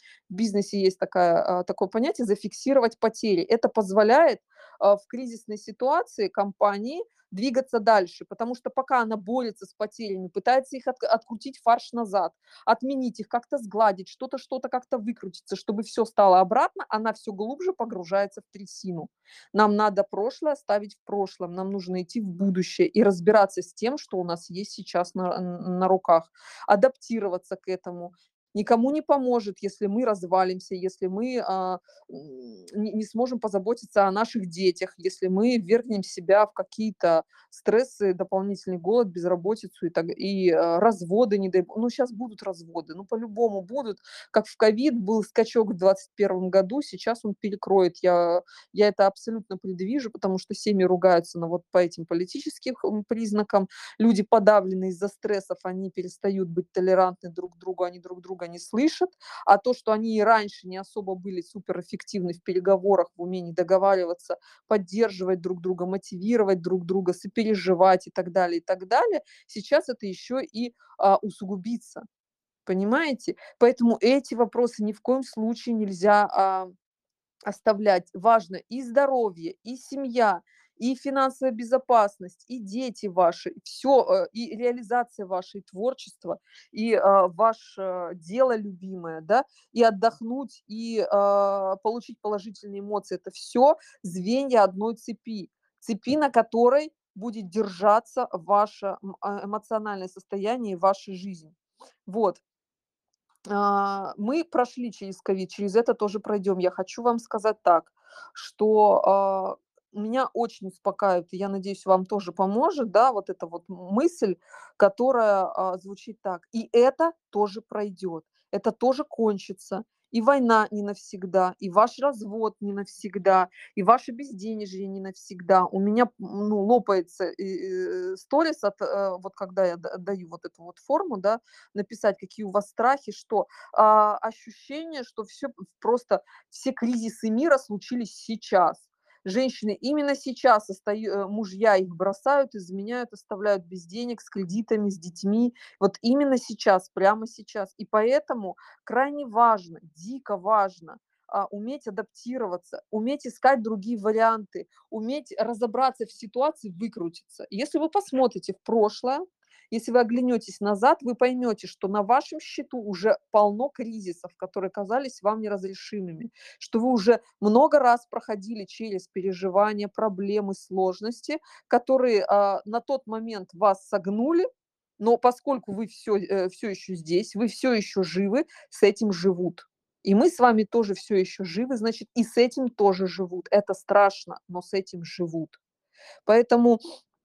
В бизнесе есть такая, а, такое понятие зафиксировать потери. Это позволяет, а, в кризисной ситуации компании двигаться дальше, потому что пока она борется с потерями, пытается их от открутить фарш назад, отменить их, как-то сгладить, что-то что-то как-то выкрутиться, чтобы все стало обратно, она все глубже погружается в трясину. Нам надо прошлое оставить в прошлом, нам нужно идти в будущее и разбираться с тем, что у нас есть сейчас на на руках, адаптироваться к этому. Никому не поможет, если мы развалимся, если мы, а, м, не не сможем позаботиться о наших детях, если мы ввергнем себя в какие-то стрессы, дополнительный голод, безработицу и так и, а, разводы, не дай бог. Ну, сейчас будут разводы, ну, по-любому будут. Как в ковид был скачок в двадцать первом году, сейчас он перекроет. Я я это абсолютно предвижу, потому что семьи ругаются на вот по этим политическим м, признакам. Люди подавлены из-за стрессов, они перестают быть толерантны друг к другу, они друг друга не слышат. А то, что они и раньше не особо были суперэффективны в переговорах, в умении договариваться, поддерживать друг друга, мотивировать друг друга, сопереживать и так далее, и так далее, сейчас это еще и а, усугубится. Понимаете? Поэтому эти вопросы ни в коем случае нельзя а, оставлять. Важно и здоровье, и семья, и финансовая безопасность, и дети ваши, все, и реализация вашей творчества, и а, ваше дело любимое, да, и отдохнуть, и а, получить положительные эмоции. Это все звенья одной цепи, цепи, на которой будет держаться ваше м, а, эмоциональное состояние и ваша жизнь. Вот. А, мы прошли через ковид, через это тоже пройдем. Я хочу вам сказать так, что, а, меня очень успокаивает, и я надеюсь, вам тоже поможет, да, вот эта вот мысль, которая, а, звучит так: "И это тоже пройдет, это тоже кончится, и война не навсегда, и ваш развод не навсегда, и ваше безденежье не навсегда". У меня, м, ну, лопается, э, э, сторис от, э, вот когда я да даю вот эту вот форму, да, написать, какие у вас страхи, что а, ощущение, что все просто все кризисы мира случились сейчас. Женщины именно сейчас остаю, э, мужья их бросают, изменяют, оставляют без денег, с кредитами, с детьми. Вот именно сейчас, прямо сейчас. И поэтому крайне важно, дико важно а, уметь адаптироваться, уметь искать другие варианты, уметь разобраться в ситуации, выкрутиться. Если вы посмотрите в прошлое, если вы оглянетесь назад, вы поймете, что на вашем счету уже полно кризисов, которые казались вам неразрешимыми, что вы уже много раз проходили через переживания, проблемы, сложности, которые а, на тот момент вас согнули, но поскольку вы все, э, все еще здесь, вы все еще живы, с этим живут. И мы с вами тоже все еще живы, значит, и с этим тоже живут. Это страшно, но с этим живут. Поэтому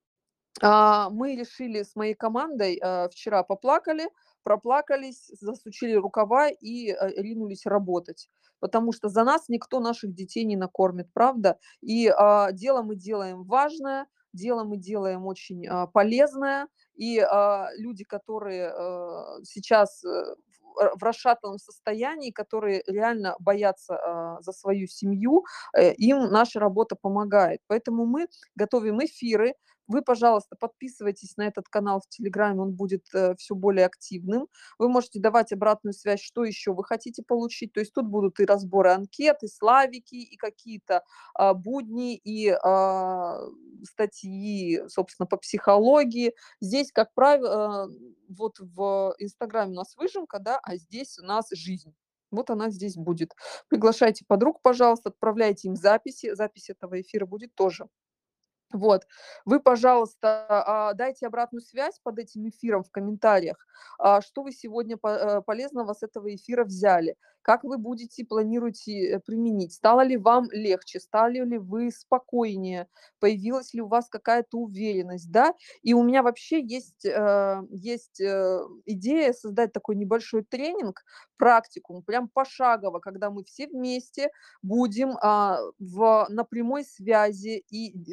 а, мы решили с моей командой, а, вчера поплакали, проплакались, засучили рукава и, э, ринулись работать. Потому что за нас никто наших детей не накормит, правда? И, а, дело мы делаем важное, дело мы делаем очень, а, полезное. И, а, люди, которые, э, сейчас, э, в в расшатанном состоянии, которые реально боятся, а, за свою семью, э, им наша работа помогает. Поэтому мы готовим эфиры, вы, пожалуйста, подписывайтесь на этот канал в Телеграме, он будет все более активным. Вы можете давать обратную связь, что еще вы хотите получить. То есть тут будут и разборы анкет, и славики, и какие-то а, будни, и а, статьи, собственно, по психологии. Здесь, как правило, вот в Инстаграме у нас выжимка, да, а здесь у нас жизнь. Вот она здесь будет. Приглашайте подруг, пожалуйста, отправляйте им записи. Запись этого эфира будет тоже. Вот. Вы, пожалуйста, а, дайте обратную связь под этим эфиром в комментариях, а, что вы сегодня по э, полезного с этого эфира взяли, как вы будете, планируете, э, применить, стало ли вам легче, стали ли вы спокойнее, появилась ли у вас какая-то уверенность, да. И у меня вообще есть, э, есть, э, идея создать такой небольшой тренинг, практикум, прям пошагово, когда мы все вместе будем, а, в на прямой связи и и в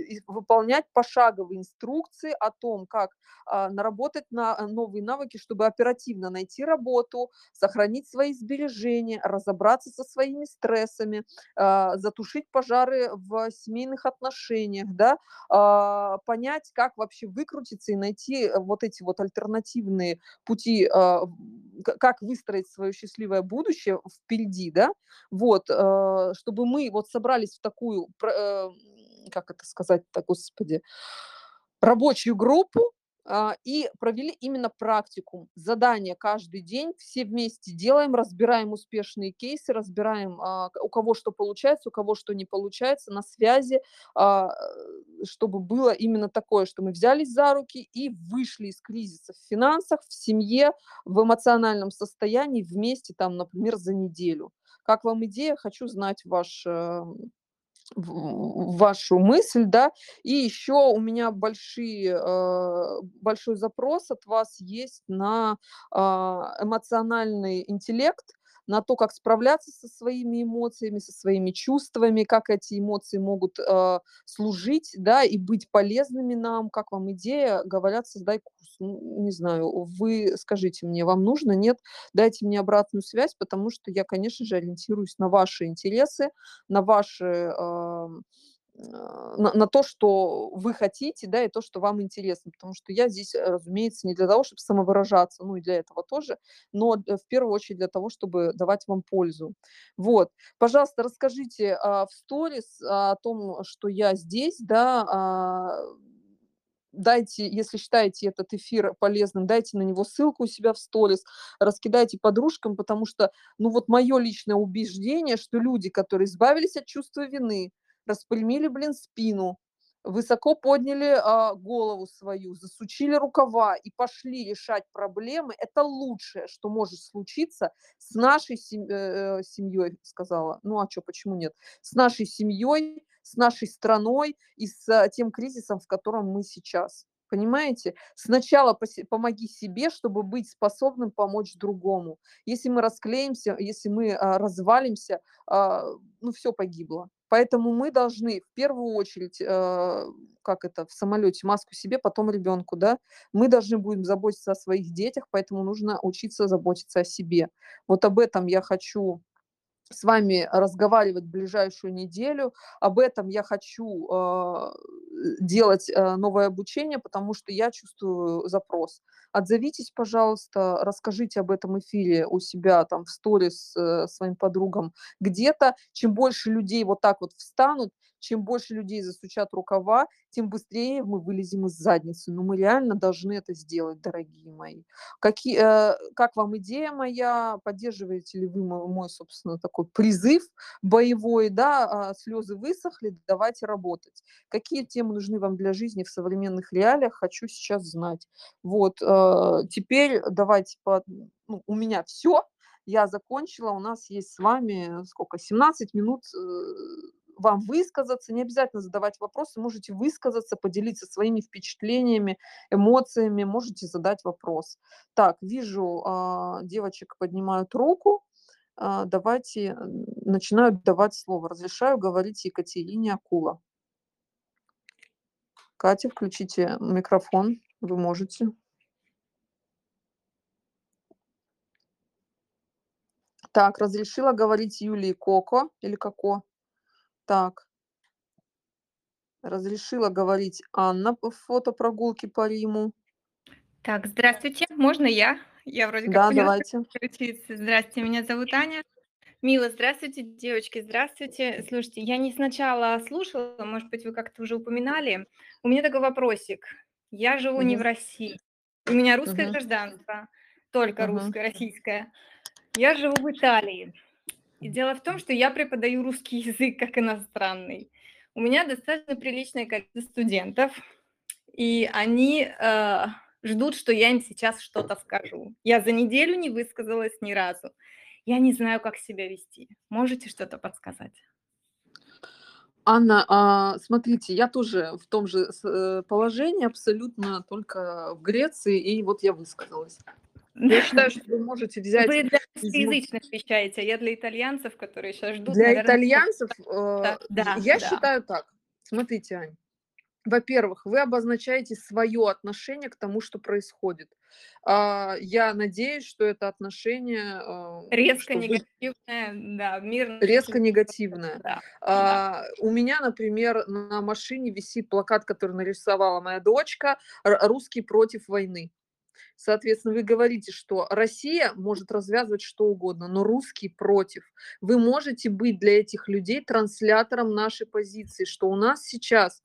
выполнять пошаговые инструкции о том, как а, наработать на а, новые навыки, чтобы оперативно найти работу, сохранить свои сбережения, разобраться со своими стрессами, а, затушить пожары в семейных отношениях, да, а, понять, как вообще выкрутиться и найти э, вот эти вот альтернативные пути, а, в- к- как выстроить свое счастливое будущее впереди, да, вот, э, чтобы мы вот собрались в такую, про- э, как это сказать-то, господи, рабочую группу, а, и провели именно практикум. Задание каждый день, все вместе делаем, разбираем успешные кейсы, разбираем, а, к- у кого что получается, у кого что не получается, на связи, а, э, чтобы было именно такое, что мы взялись за руки и вышли из кризиса в финансах, в семье, в эмоциональном состоянии вместе, там, например, за неделю. Как вам идея? Хочу знать ваш, э, в вашу мысль, да. И еще у меня большие, э, большой запрос от вас есть на а, эмоциональный интеллект, на то, как справляться со своими эмоциями, со своими чувствами, как эти эмоции могут э, служить, да, и быть полезными нам. Как вам идея? Говорят, создай курс. Ну, не знаю, вы скажите мне, вам нужно, нет? Дайте мне обратную связь, потому что я, конечно же, ориентируюсь на ваши интересы, на ваши, ам, а, на на то, что вы хотите, да, и то, что вам интересно. Потому что я здесь, э, разумеется, не для того, чтобы самовыражаться, ну и для этого тоже, но, э, в первую очередь для того, чтобы давать вам пользу. Вот. Пожалуйста, расскажите, а, в сторис о том, что я здесь, да, а, дайте, если считаете этот эфир полезным, дайте на него ссылку у себя в сторис, раскидайте подружкам, потому что, ну вот мое личное убеждение, что люди, которые избавились от чувства вины, распрямили, блин, спину, высоко подняли а, голову свою, засучили рукава и пошли решать проблемы, это лучшее, что может случиться с нашей сем- э, э, семьей, сказала. Ну а что, почему нет? С нашей семьей, с нашей страной и с а, тем кризисом, в котором мы сейчас. Понимаете? Сначала посе- помоги себе, чтобы быть способным помочь другому. Если мы расклеимся, если мы а, развалимся, а, ну все погибло. Поэтому мы должны в первую очередь, э, как это, в самолете маску себе, потом ребенку, да, мы должны будем заботиться о своих детях, поэтому нужно учиться заботиться о себе. Вот об этом я хочу с вами разговаривать ближайшую неделю. Об этом я хочу а, делать а, новое обучение, потому что я чувствую запрос. Отзовитесь, пожалуйста, расскажите об этом эфире у себя там в сторис э, своим подругам где-то. Чем больше людей вот так вот встанут, чем больше людей засучат рукава, тем быстрее мы вылезем из задницы. Но мы реально должны это сделать, дорогие мои. Какие, э, как вам идея моя? Поддерживаете ли вы мо мой, собственно, такой призыв боевой, да? А, слезы высохли, давайте работать. Какие темы нужны вам для жизни в современных реалиях? Хочу сейчас знать. Вот, э, теперь давайте по ну, у меня все. Я закончила. У нас есть с вами сколько? семнадцать минут, э, вам высказаться. Не обязательно задавать вопросы, можете высказаться, поделиться своими впечатлениями, эмоциями, можете задать вопрос. Так, вижу, а, девочек поднимают руку. А, давайте, м, начинаю давать слово. Разрешаю говорить Екатерине Акула. Катя, включите микрофон, вы можете. Так, разрешила говорить Юлии Коко или Коко. Так, разрешила говорить Анна по фото прогулки по Риму. Так, здравствуйте, можно я? Я вроде как Да, поняла, как давайте. подключиться. Здравствуйте, меня зовут Аня. Мила, здравствуйте, девочки, здравствуйте. Слушайте, я не сначала слушала, может быть, вы как-то уже упоминали. У меня такой вопросик. Я живу не в Мгм, России. У меня русское мгм, гражданство, только мгм. русское, российское. Я живу в Италии. И дело в том, что я преподаю русский язык как иностранный. У меня достаточно приличное количество студентов, и они, э, ждут, что я им сейчас что-то скажу. Я за неделю не высказалась ни разу. Я не знаю, как себя вести. Можете что-то подсказать? Анна, а, смотрите, я тоже в том же с э, положении абсолютно, только в Греции, и вот я высказалась. Я считаю, что вы можете взять Вы для из мо русскоязычных вещаете, а я для итальянцев, которые сейчас ждут, для наверное, итальянцев, э, что-то. я Да, я да. считаю так. Смотрите, Ань. Во-первых, вы обозначаете свое отношение к тому, что происходит. А, я надеюсь, что это отношение, а, Резко что вы негативное, да, мирно резко жителям. негативное. Да, да. А, у меня, например, на машине висит плакат, который нарисовала моя дочка: "Р Русские против войны". Соответственно, вы говорите, что Россия может развязывать что угодно, но русские против. Вы можете быть для этих людей транслятором нашей позиции, что у нас сейчас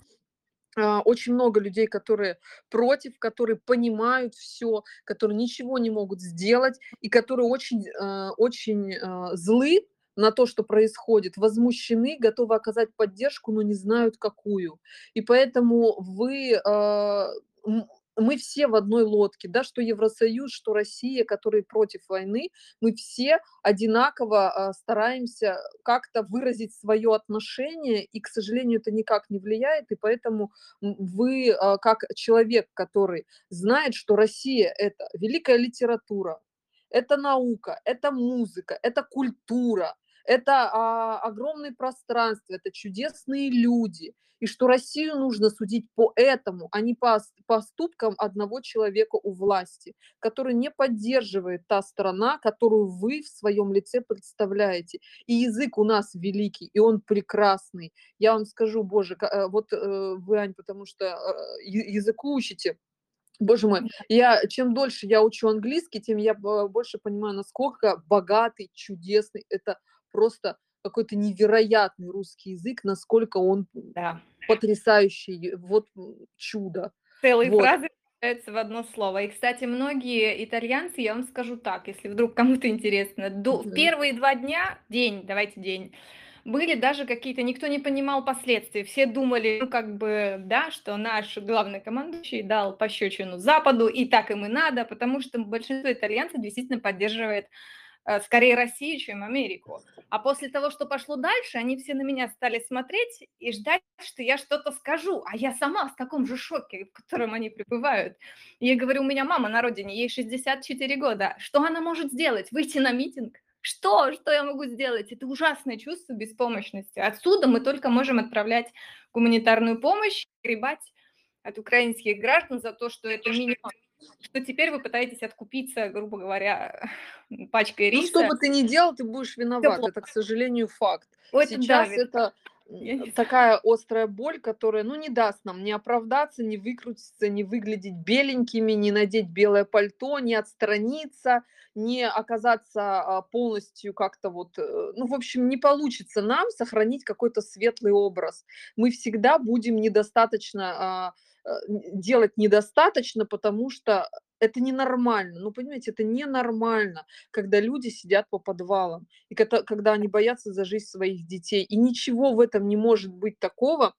а, очень много людей, которые против, которые понимают все, которые ничего не могут сделать и которые очень, э, очень, э, злы на то, что происходит, возмущены, готовы оказать поддержку, но не знают какую. И поэтому вы, а, м, мы все в одной лодке, да, что Евросоюз, что Россия, которые против войны. Мы все одинаково, а, стараемся как-то выразить свое отношение, и, к сожалению, это никак не влияет. И поэтому м, вы, а, как человек, который знает, что Россия — это великая литература, это наука, это музыка, это культура, это, а, огромные пространства, это чудесные люди, и что Россию нужно судить по этому, а не по ос поступкам одного человека у власти, который не поддерживает та страна, которую вы в своем лице представляете. И язык у нас великий, и он прекрасный. Я вам скажу, боже, ка э, вот, э, вы, Ань, потому что, э, я языку учите. Боже мой, я чем дольше я учу английский, тем я б больше понимаю, насколько богатый, чудесный. Это просто какой-то невероятный русский язык, насколько он, м, Да. потрясающий, вот, м, чудо. Целые Вот. фразы превращаются в одно слово. И, кстати, многие итальянцы, я вам скажу так, если вдруг кому-то интересно, до в Мгм. первые два дня, день, давайте день, были даже какие-то, никто не понимал последствий. Все думали, ну, как бы, да, что наш главный командующий дал пощечину Западу, и так им и надо, потому что большинство итальянцев действительно поддерживает э, скорее Россию, чем Америку. А после того, что пошло дальше, они все на меня стали смотреть и ждать, что я что-то скажу. А я сама в таком же шоке, в котором они пребывают. И я говорю, у меня мама на родине, ей шестьдесят четыре года. Что она может сделать? Выйти на митинг? Что? Что я могу сделать? Это ужасное чувство беспомощности. Отсюда мы только можем отправлять гуманитарную помощь, гребать от украинских граждан за то, что это минимум, что теперь вы пытаетесь откупиться, грубо говоря, пачкой Ну, что риса. бы ты ни делал, ты будешь Это виноват. Это, к плохо. сожалению, факт. О, это Сейчас давит. это, Я м, не знаю. такая острая боль, которая, ну, не даст нам ни оправдаться, ни выкрутиться, ни выглядеть беленькими, ни надеть белое пальто, ни отстраниться, ни оказаться, а, полностью как-то вот, э, ну, в общем, не получится нам сохранить какой-то светлый образ. Мы всегда будем недостаточно, а, э, н делать недостаточно, потому что это ненормально. Ну, понимаете, это ненормально, когда люди сидят по подвалам, и ката когда они боятся за жизнь своих детей. И ничего в этом не может быть такого,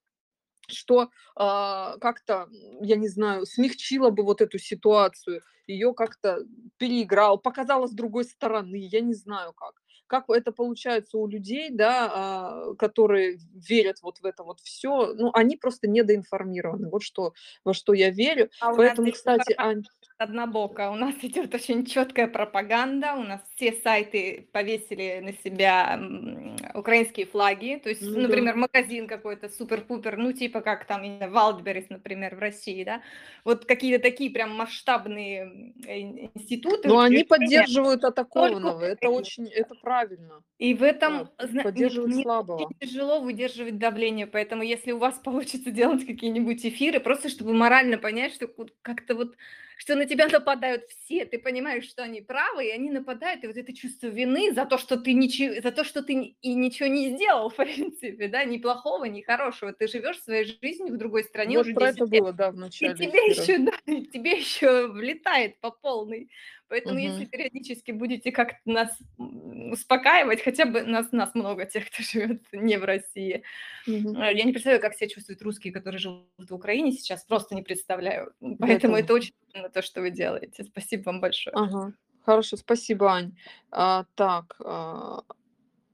что, а, как-то, м, я не знаю, смягчило бы вот эту ситуацию, ее как-то переиграл, показало с другой стороны, я не знаю как. Как это получается у людей, да, а, которые верят вот в это вот все, ну, они просто недоинформированы. Вот что, во что я верю. А у нас Поэтому, здесь кстати, информация Ань. однобока. У нас идет очень четкая пропаганда. У нас все сайты повесили на себя м, украинские флаги. То есть, Ну да. например, магазин какой-то супер-пупер, ну, типа как там, я не знаю, Wildberries, например, в России, да. Вот какие-то такие прям масштабные м, э, институты, Но они учреждения, поддерживают только атакованного. Это Украина. очень, это правильно. И в Да, этом, зна мне поддерживают мне очень слабого. тяжело выдерживать давление, поэтому если у вас получится делать какие-нибудь эфиры, просто чтобы морально понять, что вот как-то вот, что на тебя нападают все, ты понимаешь, что они правы, и они нападают, и вот это чувство вины за то, что ты ничего, за то, что ты н- и ничего не сделал, в принципе, да, ни плохого, ни хорошего. Ты живешь своей жизнью в другой стране Вот уже про десять это лет, было, да, в и начале тебе эфира. еще, да, и тебе еще влетает по полной. Поэтому если Мгм. периодически будете как-то нас, м, успокаивать, хотя бы нас нас много тех, кто живет не в России. Мгм. Э, я не представляю, как себя чувствуют русские, которые живут в Украине сейчас, просто не представляю. М, Я поэтому тоже. это очень ценно то, что вы делаете. Спасибо вам большое. Ага. Хорошо, спасибо, Ань. А, так, а,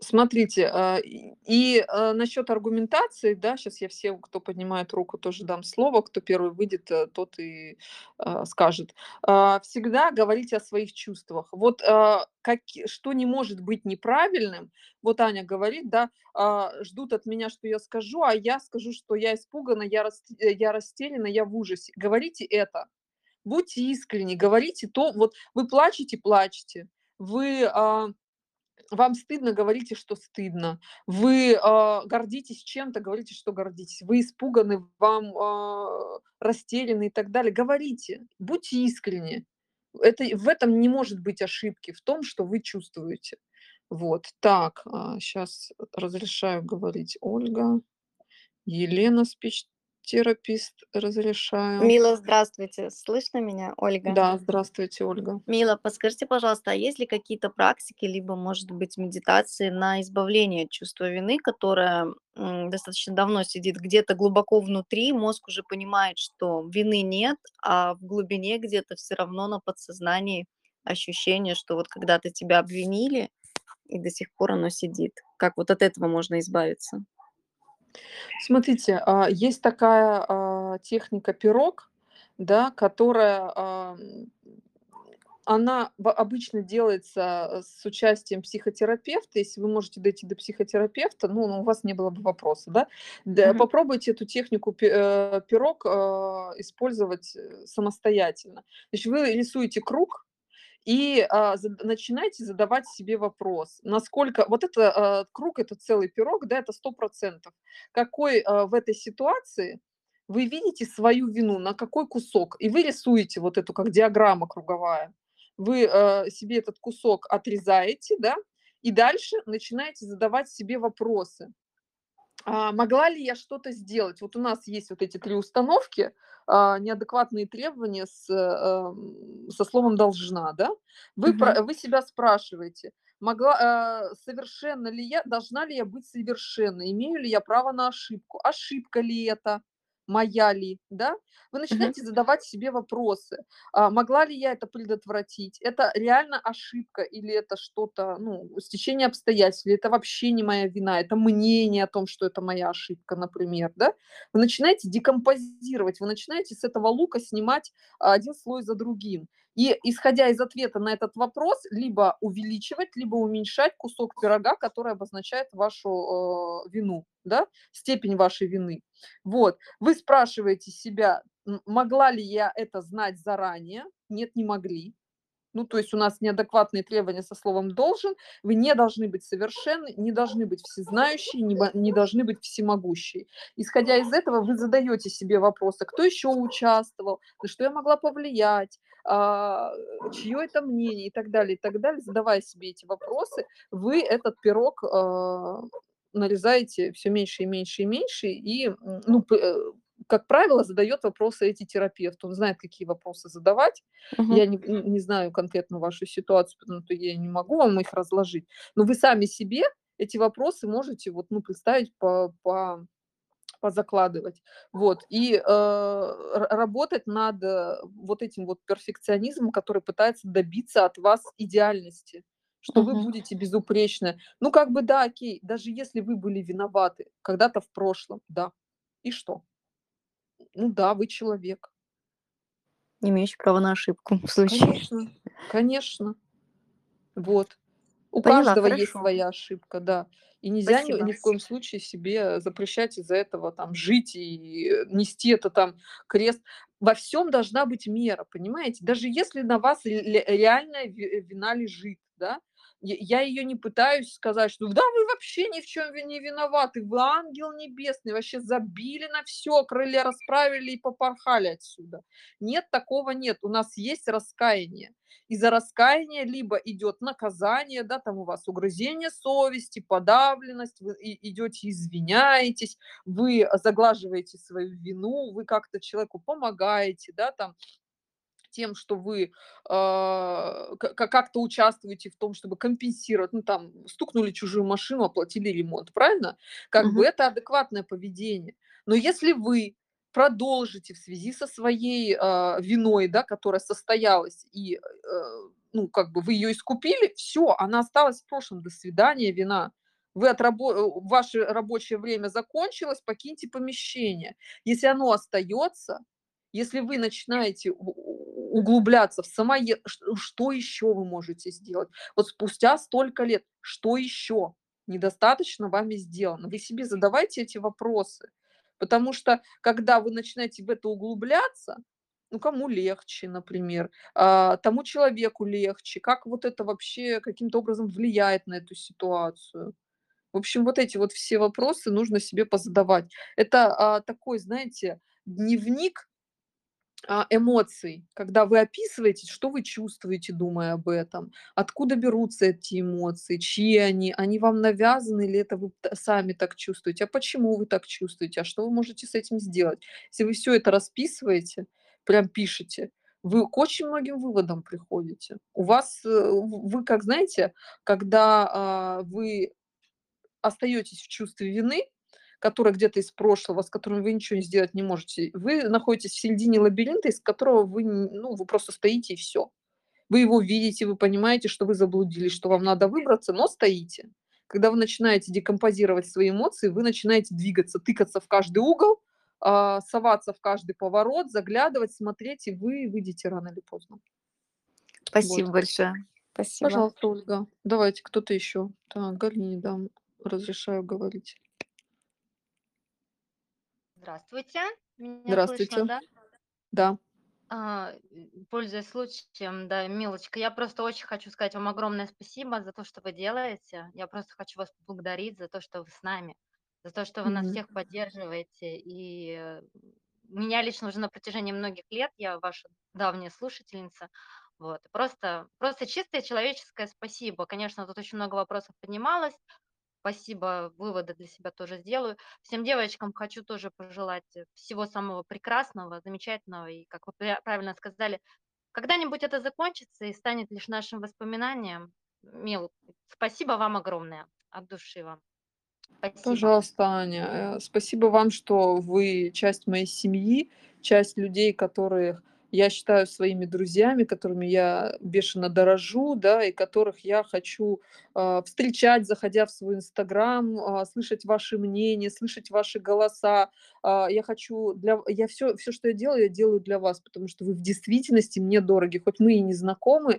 Смотрите, а, и и, а, насчет аргументации, да, сейчас я всем, кто поднимает руку, тоже дам слово. Кто первый выйдет, э, тот и, а, скажет. А, всегда говорите о своих чувствах. Вот, а, каки что не может быть неправильным, вот Аня говорит, да, а, ждут от меня, что я скажу, а я скажу, что я испугана, я рас э, я растеряна, я в ужасе. Говорите это. Будьте искренни, говорите то вот вы плачете- плачьте, вы, а вам стыдно, говорите, что стыдно. Вы, а, гордитесь чем-то, говорите, что гордитесь. Вы испуганы, вам, а, растеряны и так далее. Говорите, будьте искренни. Это в этом не может быть ошибки, в том, что вы чувствуете. Вот. Так, сейчас разрешаю говорить Ольга. Елена, спич-терапист, разрешаю. Мила, здравствуйте. Слышно меня, Ольга? Да, здравствуйте, Ольга. Мила, подскажите, пожалуйста, а есть ли какие-то практики, либо, может быть, медитации на избавление от чувства вины, которое м, достаточно давно сидит где-то глубоко внутри, мозг уже понимает, что вины нет, а в глубине где-то все равно на подсознании ощущение, что вот когда-то тебя обвинили, и до сих пор оно сидит. Как вот от этого можно избавиться? Смотрите, а, есть такая, а, техника пирог, да, которая, ам, она в обычно делается, э, с участием психотерапевта. Если вы можете дойти до психотерапевта, ну ну, у вас не было бы вопроса, да. Да, Мгм. попробуйте эту технику пи э, пирог, а, использовать, э, самостоятельно. Значит, вы рисуете круг и, а, зад начинайте задавать себе вопрос, насколько вот это, а, круг, это целый пирог, да, это сто процентов. Какой, а, в этой ситуации вы видите свою вину, на какой кусок, и вы рисуете вот эту, как диаграмма круговая. Вы, а, себе этот кусок отрезаете, да, и дальше начинаете задавать себе вопросы. А могла ли я что-то сделать? Вот у нас есть вот эти три установки, а, неадекватные требования с, э, ам, со словом "должна", да. Вы Мгм. пра вы себя спрашиваете: "Могла а, совершенна ли я, должна ли я быть совершенной, имею ли я право на ошибку, ошибка ли это, моя ли?" Да? Вы Мгм. начинаете задавать себе вопросы: а, могла ли я это предотвратить? Это реально ошибка или это что-то, ну, стечение обстоятельств, или это вообще не моя вина, это мнение о том, что это моя ошибка, например, да? Вы начинаете декомпозировать, вы начинаете с этого лука снимать а, один слой за другим. И исходя из ответа на этот вопрос, либо увеличивать, либо уменьшать кусок пирога, который обозначает вашу э, вину, да, степень вашей вины. Вот. Вы спрашиваете себя: М могла ли я это знать заранее? Нет, не могли. Ну, то есть у нас неадекватные требования со словом "должен". Вы не должны быть совершенны, не должны быть всезнающие, не ба не должны быть всемогущие. Исходя из этого, вы задаете себе вопросы: кто еще участвовал, на что я могла повлиять, а, чье это мнение и так далее, и так далее. Задавая себе эти вопросы, вы этот пирог, а, нарезаете все меньше и меньше и меньше, и, м, ну, п э, как правило, задает вопросы эти-терапевт. Он знает, какие вопросы задавать. Мгм. Я не н не знаю конкретно вашу ситуацию, потому что я не могу вам их разложить, но вы сами себе эти вопросы можете вот, ну, представить, по по позакладывать. Вот. И, э, ра работать над, э, вот этим вот перфекционизмом, который пытается добиться от вас идеальности, что вы Мгм. будете безупречны. Ну, как бы да, окей, даже если вы были виноваты когда-то в прошлом, да. И что? Ну да, вы человек. Имеющий право на ошибку в случае. Конечно, конечно. Вот. У Поняла, каждого есть хорошо. своя ошибка, да. И нельзя ни Спасибо. ни в коем случае себе запрещать из-за этого там жить и, э, нести это там крест. Во всем должна быть мера, понимаете? Даже если на вас ре ле реальная ви вина лежит, да, я я ее не пытаюсь сказать, что да, вы вообще ни в чем не виноваты, вы ангел небесный, вообще забили на все, крылья расправили и попорхали отсюда. Нет, такого нет. У нас есть раскаяние. И за раскаяние либо идет наказание, да, там у вас угрызение совести, подавленность, вы и идете, извиняетесь, вы заглаживаете свою вину, вы как-то человеку помогаете, да, там, тем, что вы, а, ка как-то участвуете в том, чтобы компенсировать, ну, там, стукнули чужую машину, оплатили ремонт, правильно? Как бы Мгм. это адекватное поведение. Но если вы продолжите в связи со своей, а, виной, да, которая состоялась, и, э, ну, как бы вы ее искупили, все, она осталась в прошлом. До свидания, вина. Вы отрабо э, ваше рабочее время закончилось, покиньте помещение. Если оно остается, если вы начинаете у у углубляться в самое ш что еще вы можете сделать? Вот спустя столько лет, что еще недостаточно вами сделано? Вы себе задавайте эти вопросы, потому что когда вы начинаете в это углубляться, ну, кому легче, например, а, тому человеку легче, как вот это вообще каким-то образом влияет на эту ситуацию. В общем, вот эти вот все вопросы нужно себе позадавать. Это, а, такой, знаете, дневник, а, эмоций, когда вы описываете, что вы чувствуете, думая об этом, откуда берутся эти эмоции, чьи они, они вам навязаны или это вы т сами так чувствуете, а почему вы так чувствуете, а что вы можете с этим сделать. Если вы все это расписываете, прям пишете, вы к очень многим выводам приходите. У вас, э, в вы как, знаете, когда, а, вы остаетесь в чувстве вины, которое где-то из прошлого, с которым вы ничего сделать не можете. Вы находитесь в середине лабиринта, из которого вы, н ну, вы просто стоите и все. Вы его видите, вы понимаете, что вы заблудились, что вам надо выбраться, но стоите. Когда вы начинаете декомпозировать свои эмоции, вы начинаете двигаться, тыкаться в каждый угол, а, соваться в каждый поворот, заглядывать, смотреть, и вы выйдете рано или поздно. Спасибо Вот. большое. Спасибо. Пожалуйста, Ольга. Давайте, кто-то еще. Так, Галине дам, разрешаю говорить. Здравствуйте, меня слышно, Здравствуйте. да? Да. А, м, пользуясь случаем, да, милочка, я просто очень хочу сказать вам огромное спасибо за то, что вы делаете. Я просто хочу вас поблагодарить за то, что вы с нами, за то, что вы нас Мгм. всех поддерживаете. И э, меня лично уже на протяжении многих лет, я ваша давняя слушательница, вот, просто, просто чистое человеческое спасибо. Конечно, тут очень много вопросов поднималось, спасибо, выводы для себя тоже сделаю. Всем девочкам хочу тоже пожелать э, всего самого прекрасного, замечательного. И, как вы пря- правильно сказали, когда-нибудь это закончится и станет лишь нашим воспоминанием. Мил, спасибо вам огромное. От души вам. Спасибо. Пожалуйста, Аня, э, спасибо вам, что вы часть моей семьи, часть людей, которых я считаю своими друзьями, которыми я бешено дорожу, да, и которых я хочу а, встречать, заходя в свой Инстаграм, а, слышать ваши мнения, слышать ваши голоса. А, я хочу для, я все, все, что я делаю, я делаю для вас, потому что вы в действительности мне дороги, хоть мы и не знакомы.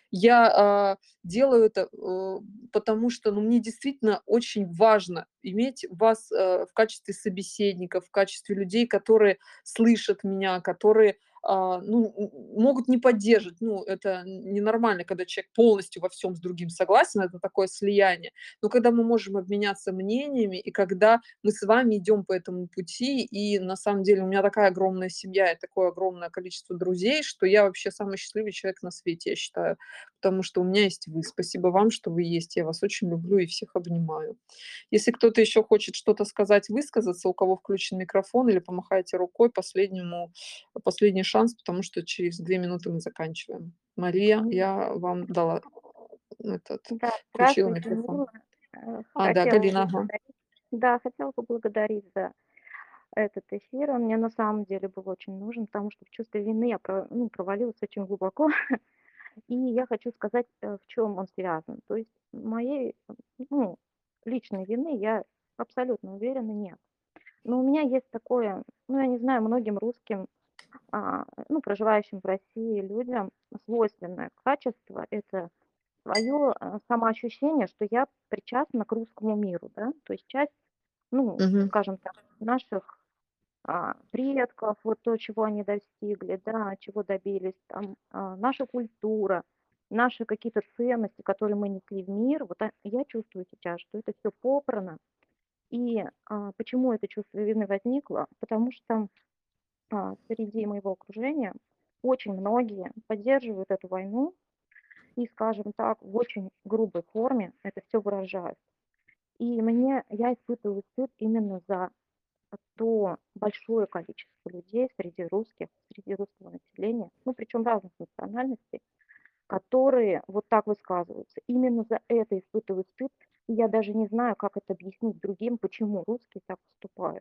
Я а, делаю это, э, потому что, ну, мне действительно очень важно иметь вас, э, в качестве собеседников, в качестве людей, которые слышат меня, которые, а, ну, м, могут не поддерживать. Ну, это ненормально, когда человек полностью во всем с другим согласен, это такое слияние. Но когда мы можем обменяться мнениями, и когда мы с вами идем по этому пути, и на самом деле у меня такая огромная семья и такое огромное количество друзей, что я вообще самый счастливый человек на свете, я считаю, потому что у меня есть вы. Спасибо вам, что вы есть. Я вас очень люблю и всех обнимаю. Если кто-то еще хочет что-то сказать, высказаться, у кого включен микрофон, или помахайте рукой, последнему, последний шанс, потому что через две минуты мы заканчиваем. Мария, я вам дала этот, Да, включила здравствуйте, микрофон. Мила. Э, А, да, Хотела Галина, ага. поблагодарить. Да, хотела поблагодарить за этот эфир. Он мне на самом деле был очень нужен, потому что в чувстве вины я про- ну, провалилась очень глубоко. И я хочу сказать, э, в чем он связан. То есть моей ну, личной вины я абсолютно уверена нет. Но у меня есть такое, ну, я не знаю, многим русским, а, ну, проживающим в России людям свойственное качество– это свое э, самоощущение, что я причастна к русскому миру, да, то есть часть, ну, Мгм. скажем так, наших а, предков, вот то, чего они достигли, да, чего добились, там, а, наша культура, наши какие-то ценности, которые мы несли в мир, вот а- я чувствую сейчас, что это все попрано. И а, почему это чувство вины возникло? Потому что а, среди моего окружения очень многие поддерживают эту войну, и, скажем так, в очень грубой форме это все выражают. И мне, я испытываю стыд именно за то большое количество людей среди русских, среди русского населения, ну, причем разных национальностей, которые вот так высказываются. Именно за это испытываю стыд, и я даже не знаю, как это объяснить другим, почему русские так поступают.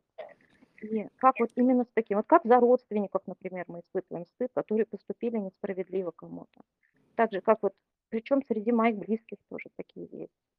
И как вот именно с таким, вот как за родственников, например, мы испытываем стыд, которые поступили несправедливо кому-то. Так же, как вот, причем среди моих близких тоже такие есть.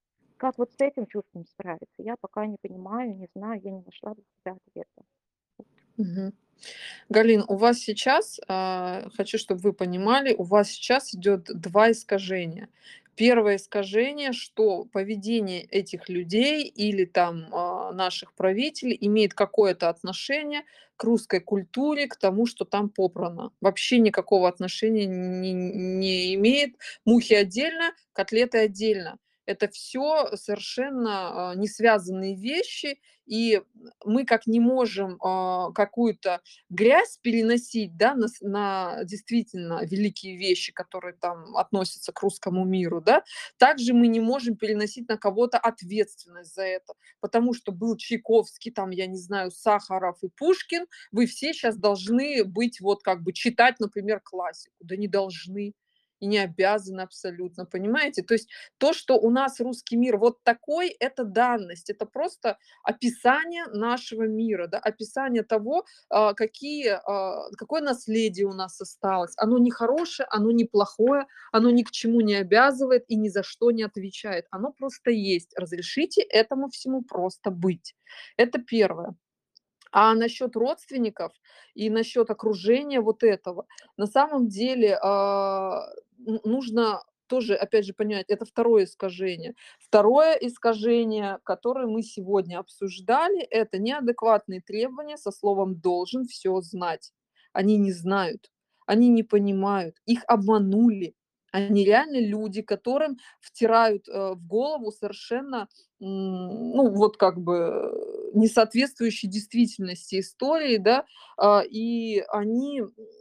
как вот с этим чувством справиться, я пока не понимаю, не знаю, я не нашла для себя ответа. Мгм. Галин, у вас сейчас, а, хочу, чтобы вы понимали, у вас сейчас идет два искажения. Первое искажение, что поведение этих людей или там а, наших правителей имеет какое-то отношение к русской культуре, к тому, что там попрано. Вообще никакого отношения не, не имеет. Мухи отдельно, котлеты отдельно. Это все совершенно а, не связанные вещи, и мы как не можем а, какую-то грязь переносить, да, на, с- на действительно великие вещи, которые там относятся к русскому миру, да, также мы не можем переносить на кого-то ответственность за это, потому что был Чайковский, там, я не знаю, Сахаров и Пушкин, вы все сейчас должны быть вот как бы читать, например, классику, да не должны и не обязаны абсолютно, понимаете? То есть то, что у нас русский мир вот такой, это данность, это просто описание нашего мира, да, описание того, а, какие, а, какое наследие у нас осталось. Оно не хорошее, оно не плохое, оно ни к чему не обязывает и ни за что не отвечает. Оно просто есть. Разрешите этому всему просто быть. Это первое. А насчет родственников и насчет окружения вот этого, на самом деле а, н- нужно тоже, опять же, понять, это второе искажение. Второе искажение, которое мы сегодня обсуждали, это неадекватные требования со словом «должен все знать». Они не знают, они не понимают, их обманули. Они реально люди, которым втирают э, в голову совершенно ну, вот как бы не соответствующие действительности истории, да, а, и они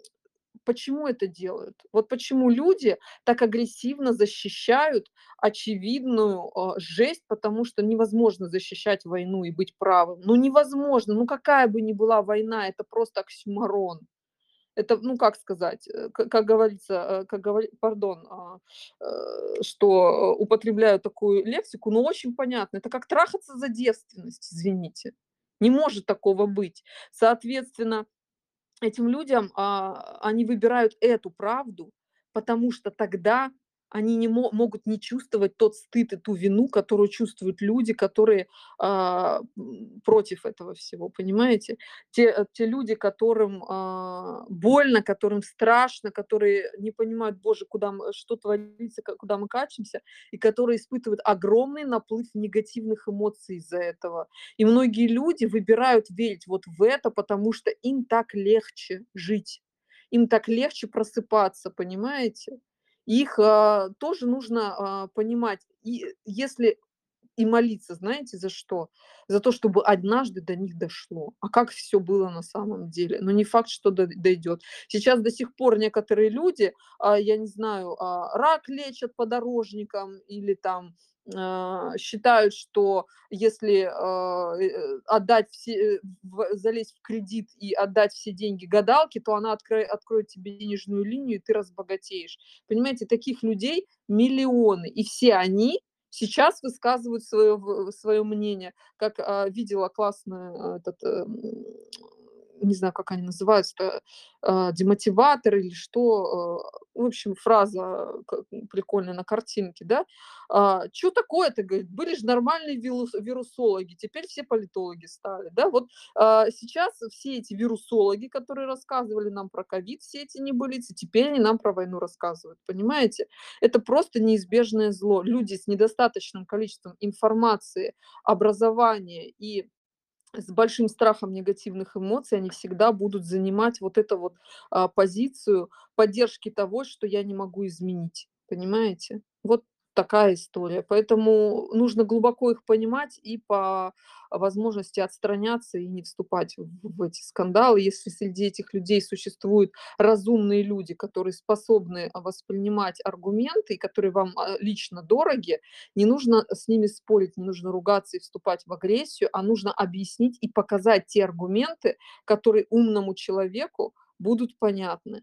почему это делают? Вот почему люди так агрессивно защищают очевидную а, жесть, потому что невозможно защищать войну и быть правым. Ну невозможно, ну какая бы ни была война, это просто оксюморон. Это, ну, как сказать, э, к как говорится, э, как говори пардон, а, э, что э, употребляю такую лексику, но очень понятно. Это как трахаться за девственность, извините. Не может такого быть. Соответственно, этим людям, а, они выбирают эту правду, потому что тогда они не мо могут не чувствовать тот стыд и ту вину, которую чувствуют люди, которые, а, м, против этого всего, понимаете? Те, э, те люди, которым, а, больно, которым страшно, которые не понимают: "Боже, куда мы что творится, ка куда мы катимся", и которые испытывают огромный наплыв негативных эмоций из-за этого. И многие люди выбирают верить вот в это, потому что им так легче жить, им так легче просыпаться, понимаете? Их а, тоже нужно а, понимать. И если и молиться, знаете, за что? За то, чтобы однажды до них дошло. А как все было на самом деле? Но не факт, что до- дойдет. Сейчас до сих пор некоторые люди, а, я не знаю, а, рак лечат подорожником или там а, считают, что если а, э, отдать все, э, в- залезть в кредит и отдать все деньги гадалке, то она откроет, откроет тебе денежную линию, и ты разбогатеешь. Понимаете, таких людей миллионы, и все они сейчас высказывают свое, свое мнение. Как а, видела классно этот, э, м, не знаю, как они называются, а, демотиватор или что, э, в общем, фраза к- прикольная на картинке, да, а, что такое-то, говорит, были же нормальные вилус- вирусологи, теперь все политологи стали, да, вот а, сейчас все эти вирусологи, которые рассказывали нам про ковид, все эти небылицы, теперь они нам про войну рассказывают, понимаете? Это просто неизбежное зло. Люди с недостаточным количеством информации, образования и с большим страхом негативных эмоций, они всегда будут занимать вот эту вот а, позицию поддержки того, что я не могу изменить. Понимаете? Вот такая история. Поэтому нужно глубоко их понимать и по возможности отстраняться и не вступать в, в эти скандалы. Если среди этих людей существуют разумные люди, которые способны а, воспринимать аргументы, и которые вам а, лично дороги, не нужно с ними спорить, не нужно ругаться и вступать в агрессию, а нужно объяснить и показать те аргументы, которые умному человеку будут понятны.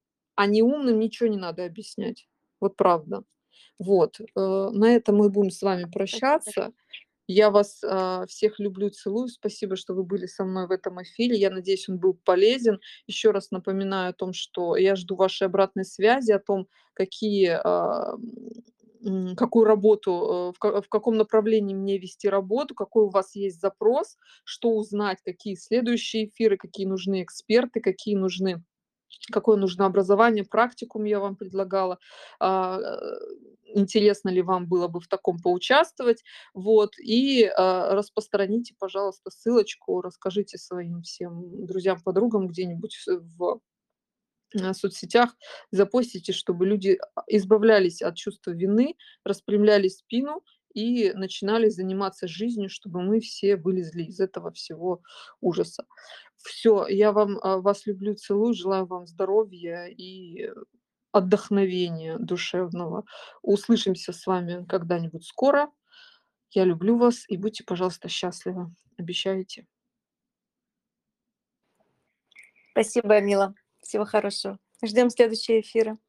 А неумным ничего не надо объяснять. Вот правда. Вот. э, На этом мы будем с вами Спасибо большое. прощаться. Я вас а, всех люблю, целую. Спасибо, что вы были со мной в этом эфире. Я надеюсь, он был полезен. Еще раз напоминаю о том, что я жду вашей обратной связи, о том, какие а, м, какую работу, э, в ка в каком направлении мне вести работу, какой у вас есть запрос, что узнать, какие следующие эфиры, какие нужны эксперты, какие нужны какое нужно образование, практикум я вам предлагала. А, э, интересно ли вам было бы в таком поучаствовать? Вот. И, а, распространите, пожалуйста, ссылочку, расскажите своим всем друзьям, подругам где-нибудь в в э, соцсетях, запостите, чтобы люди а, избавлялись от чувства вины, распрямляли спину и начинали заниматься жизнью, чтобы мы все вылезли из этого всего ужаса. Все, я вам, а, вас люблю, целую, желаю вам здоровья и отдохновения душевного. Услышимся с вами когда-нибудь скоро. Я люблю вас и будьте, пожалуйста, счастливы. Обещаете? Спасибо, Мила. Всего хорошего. Ждем следующие эфиры.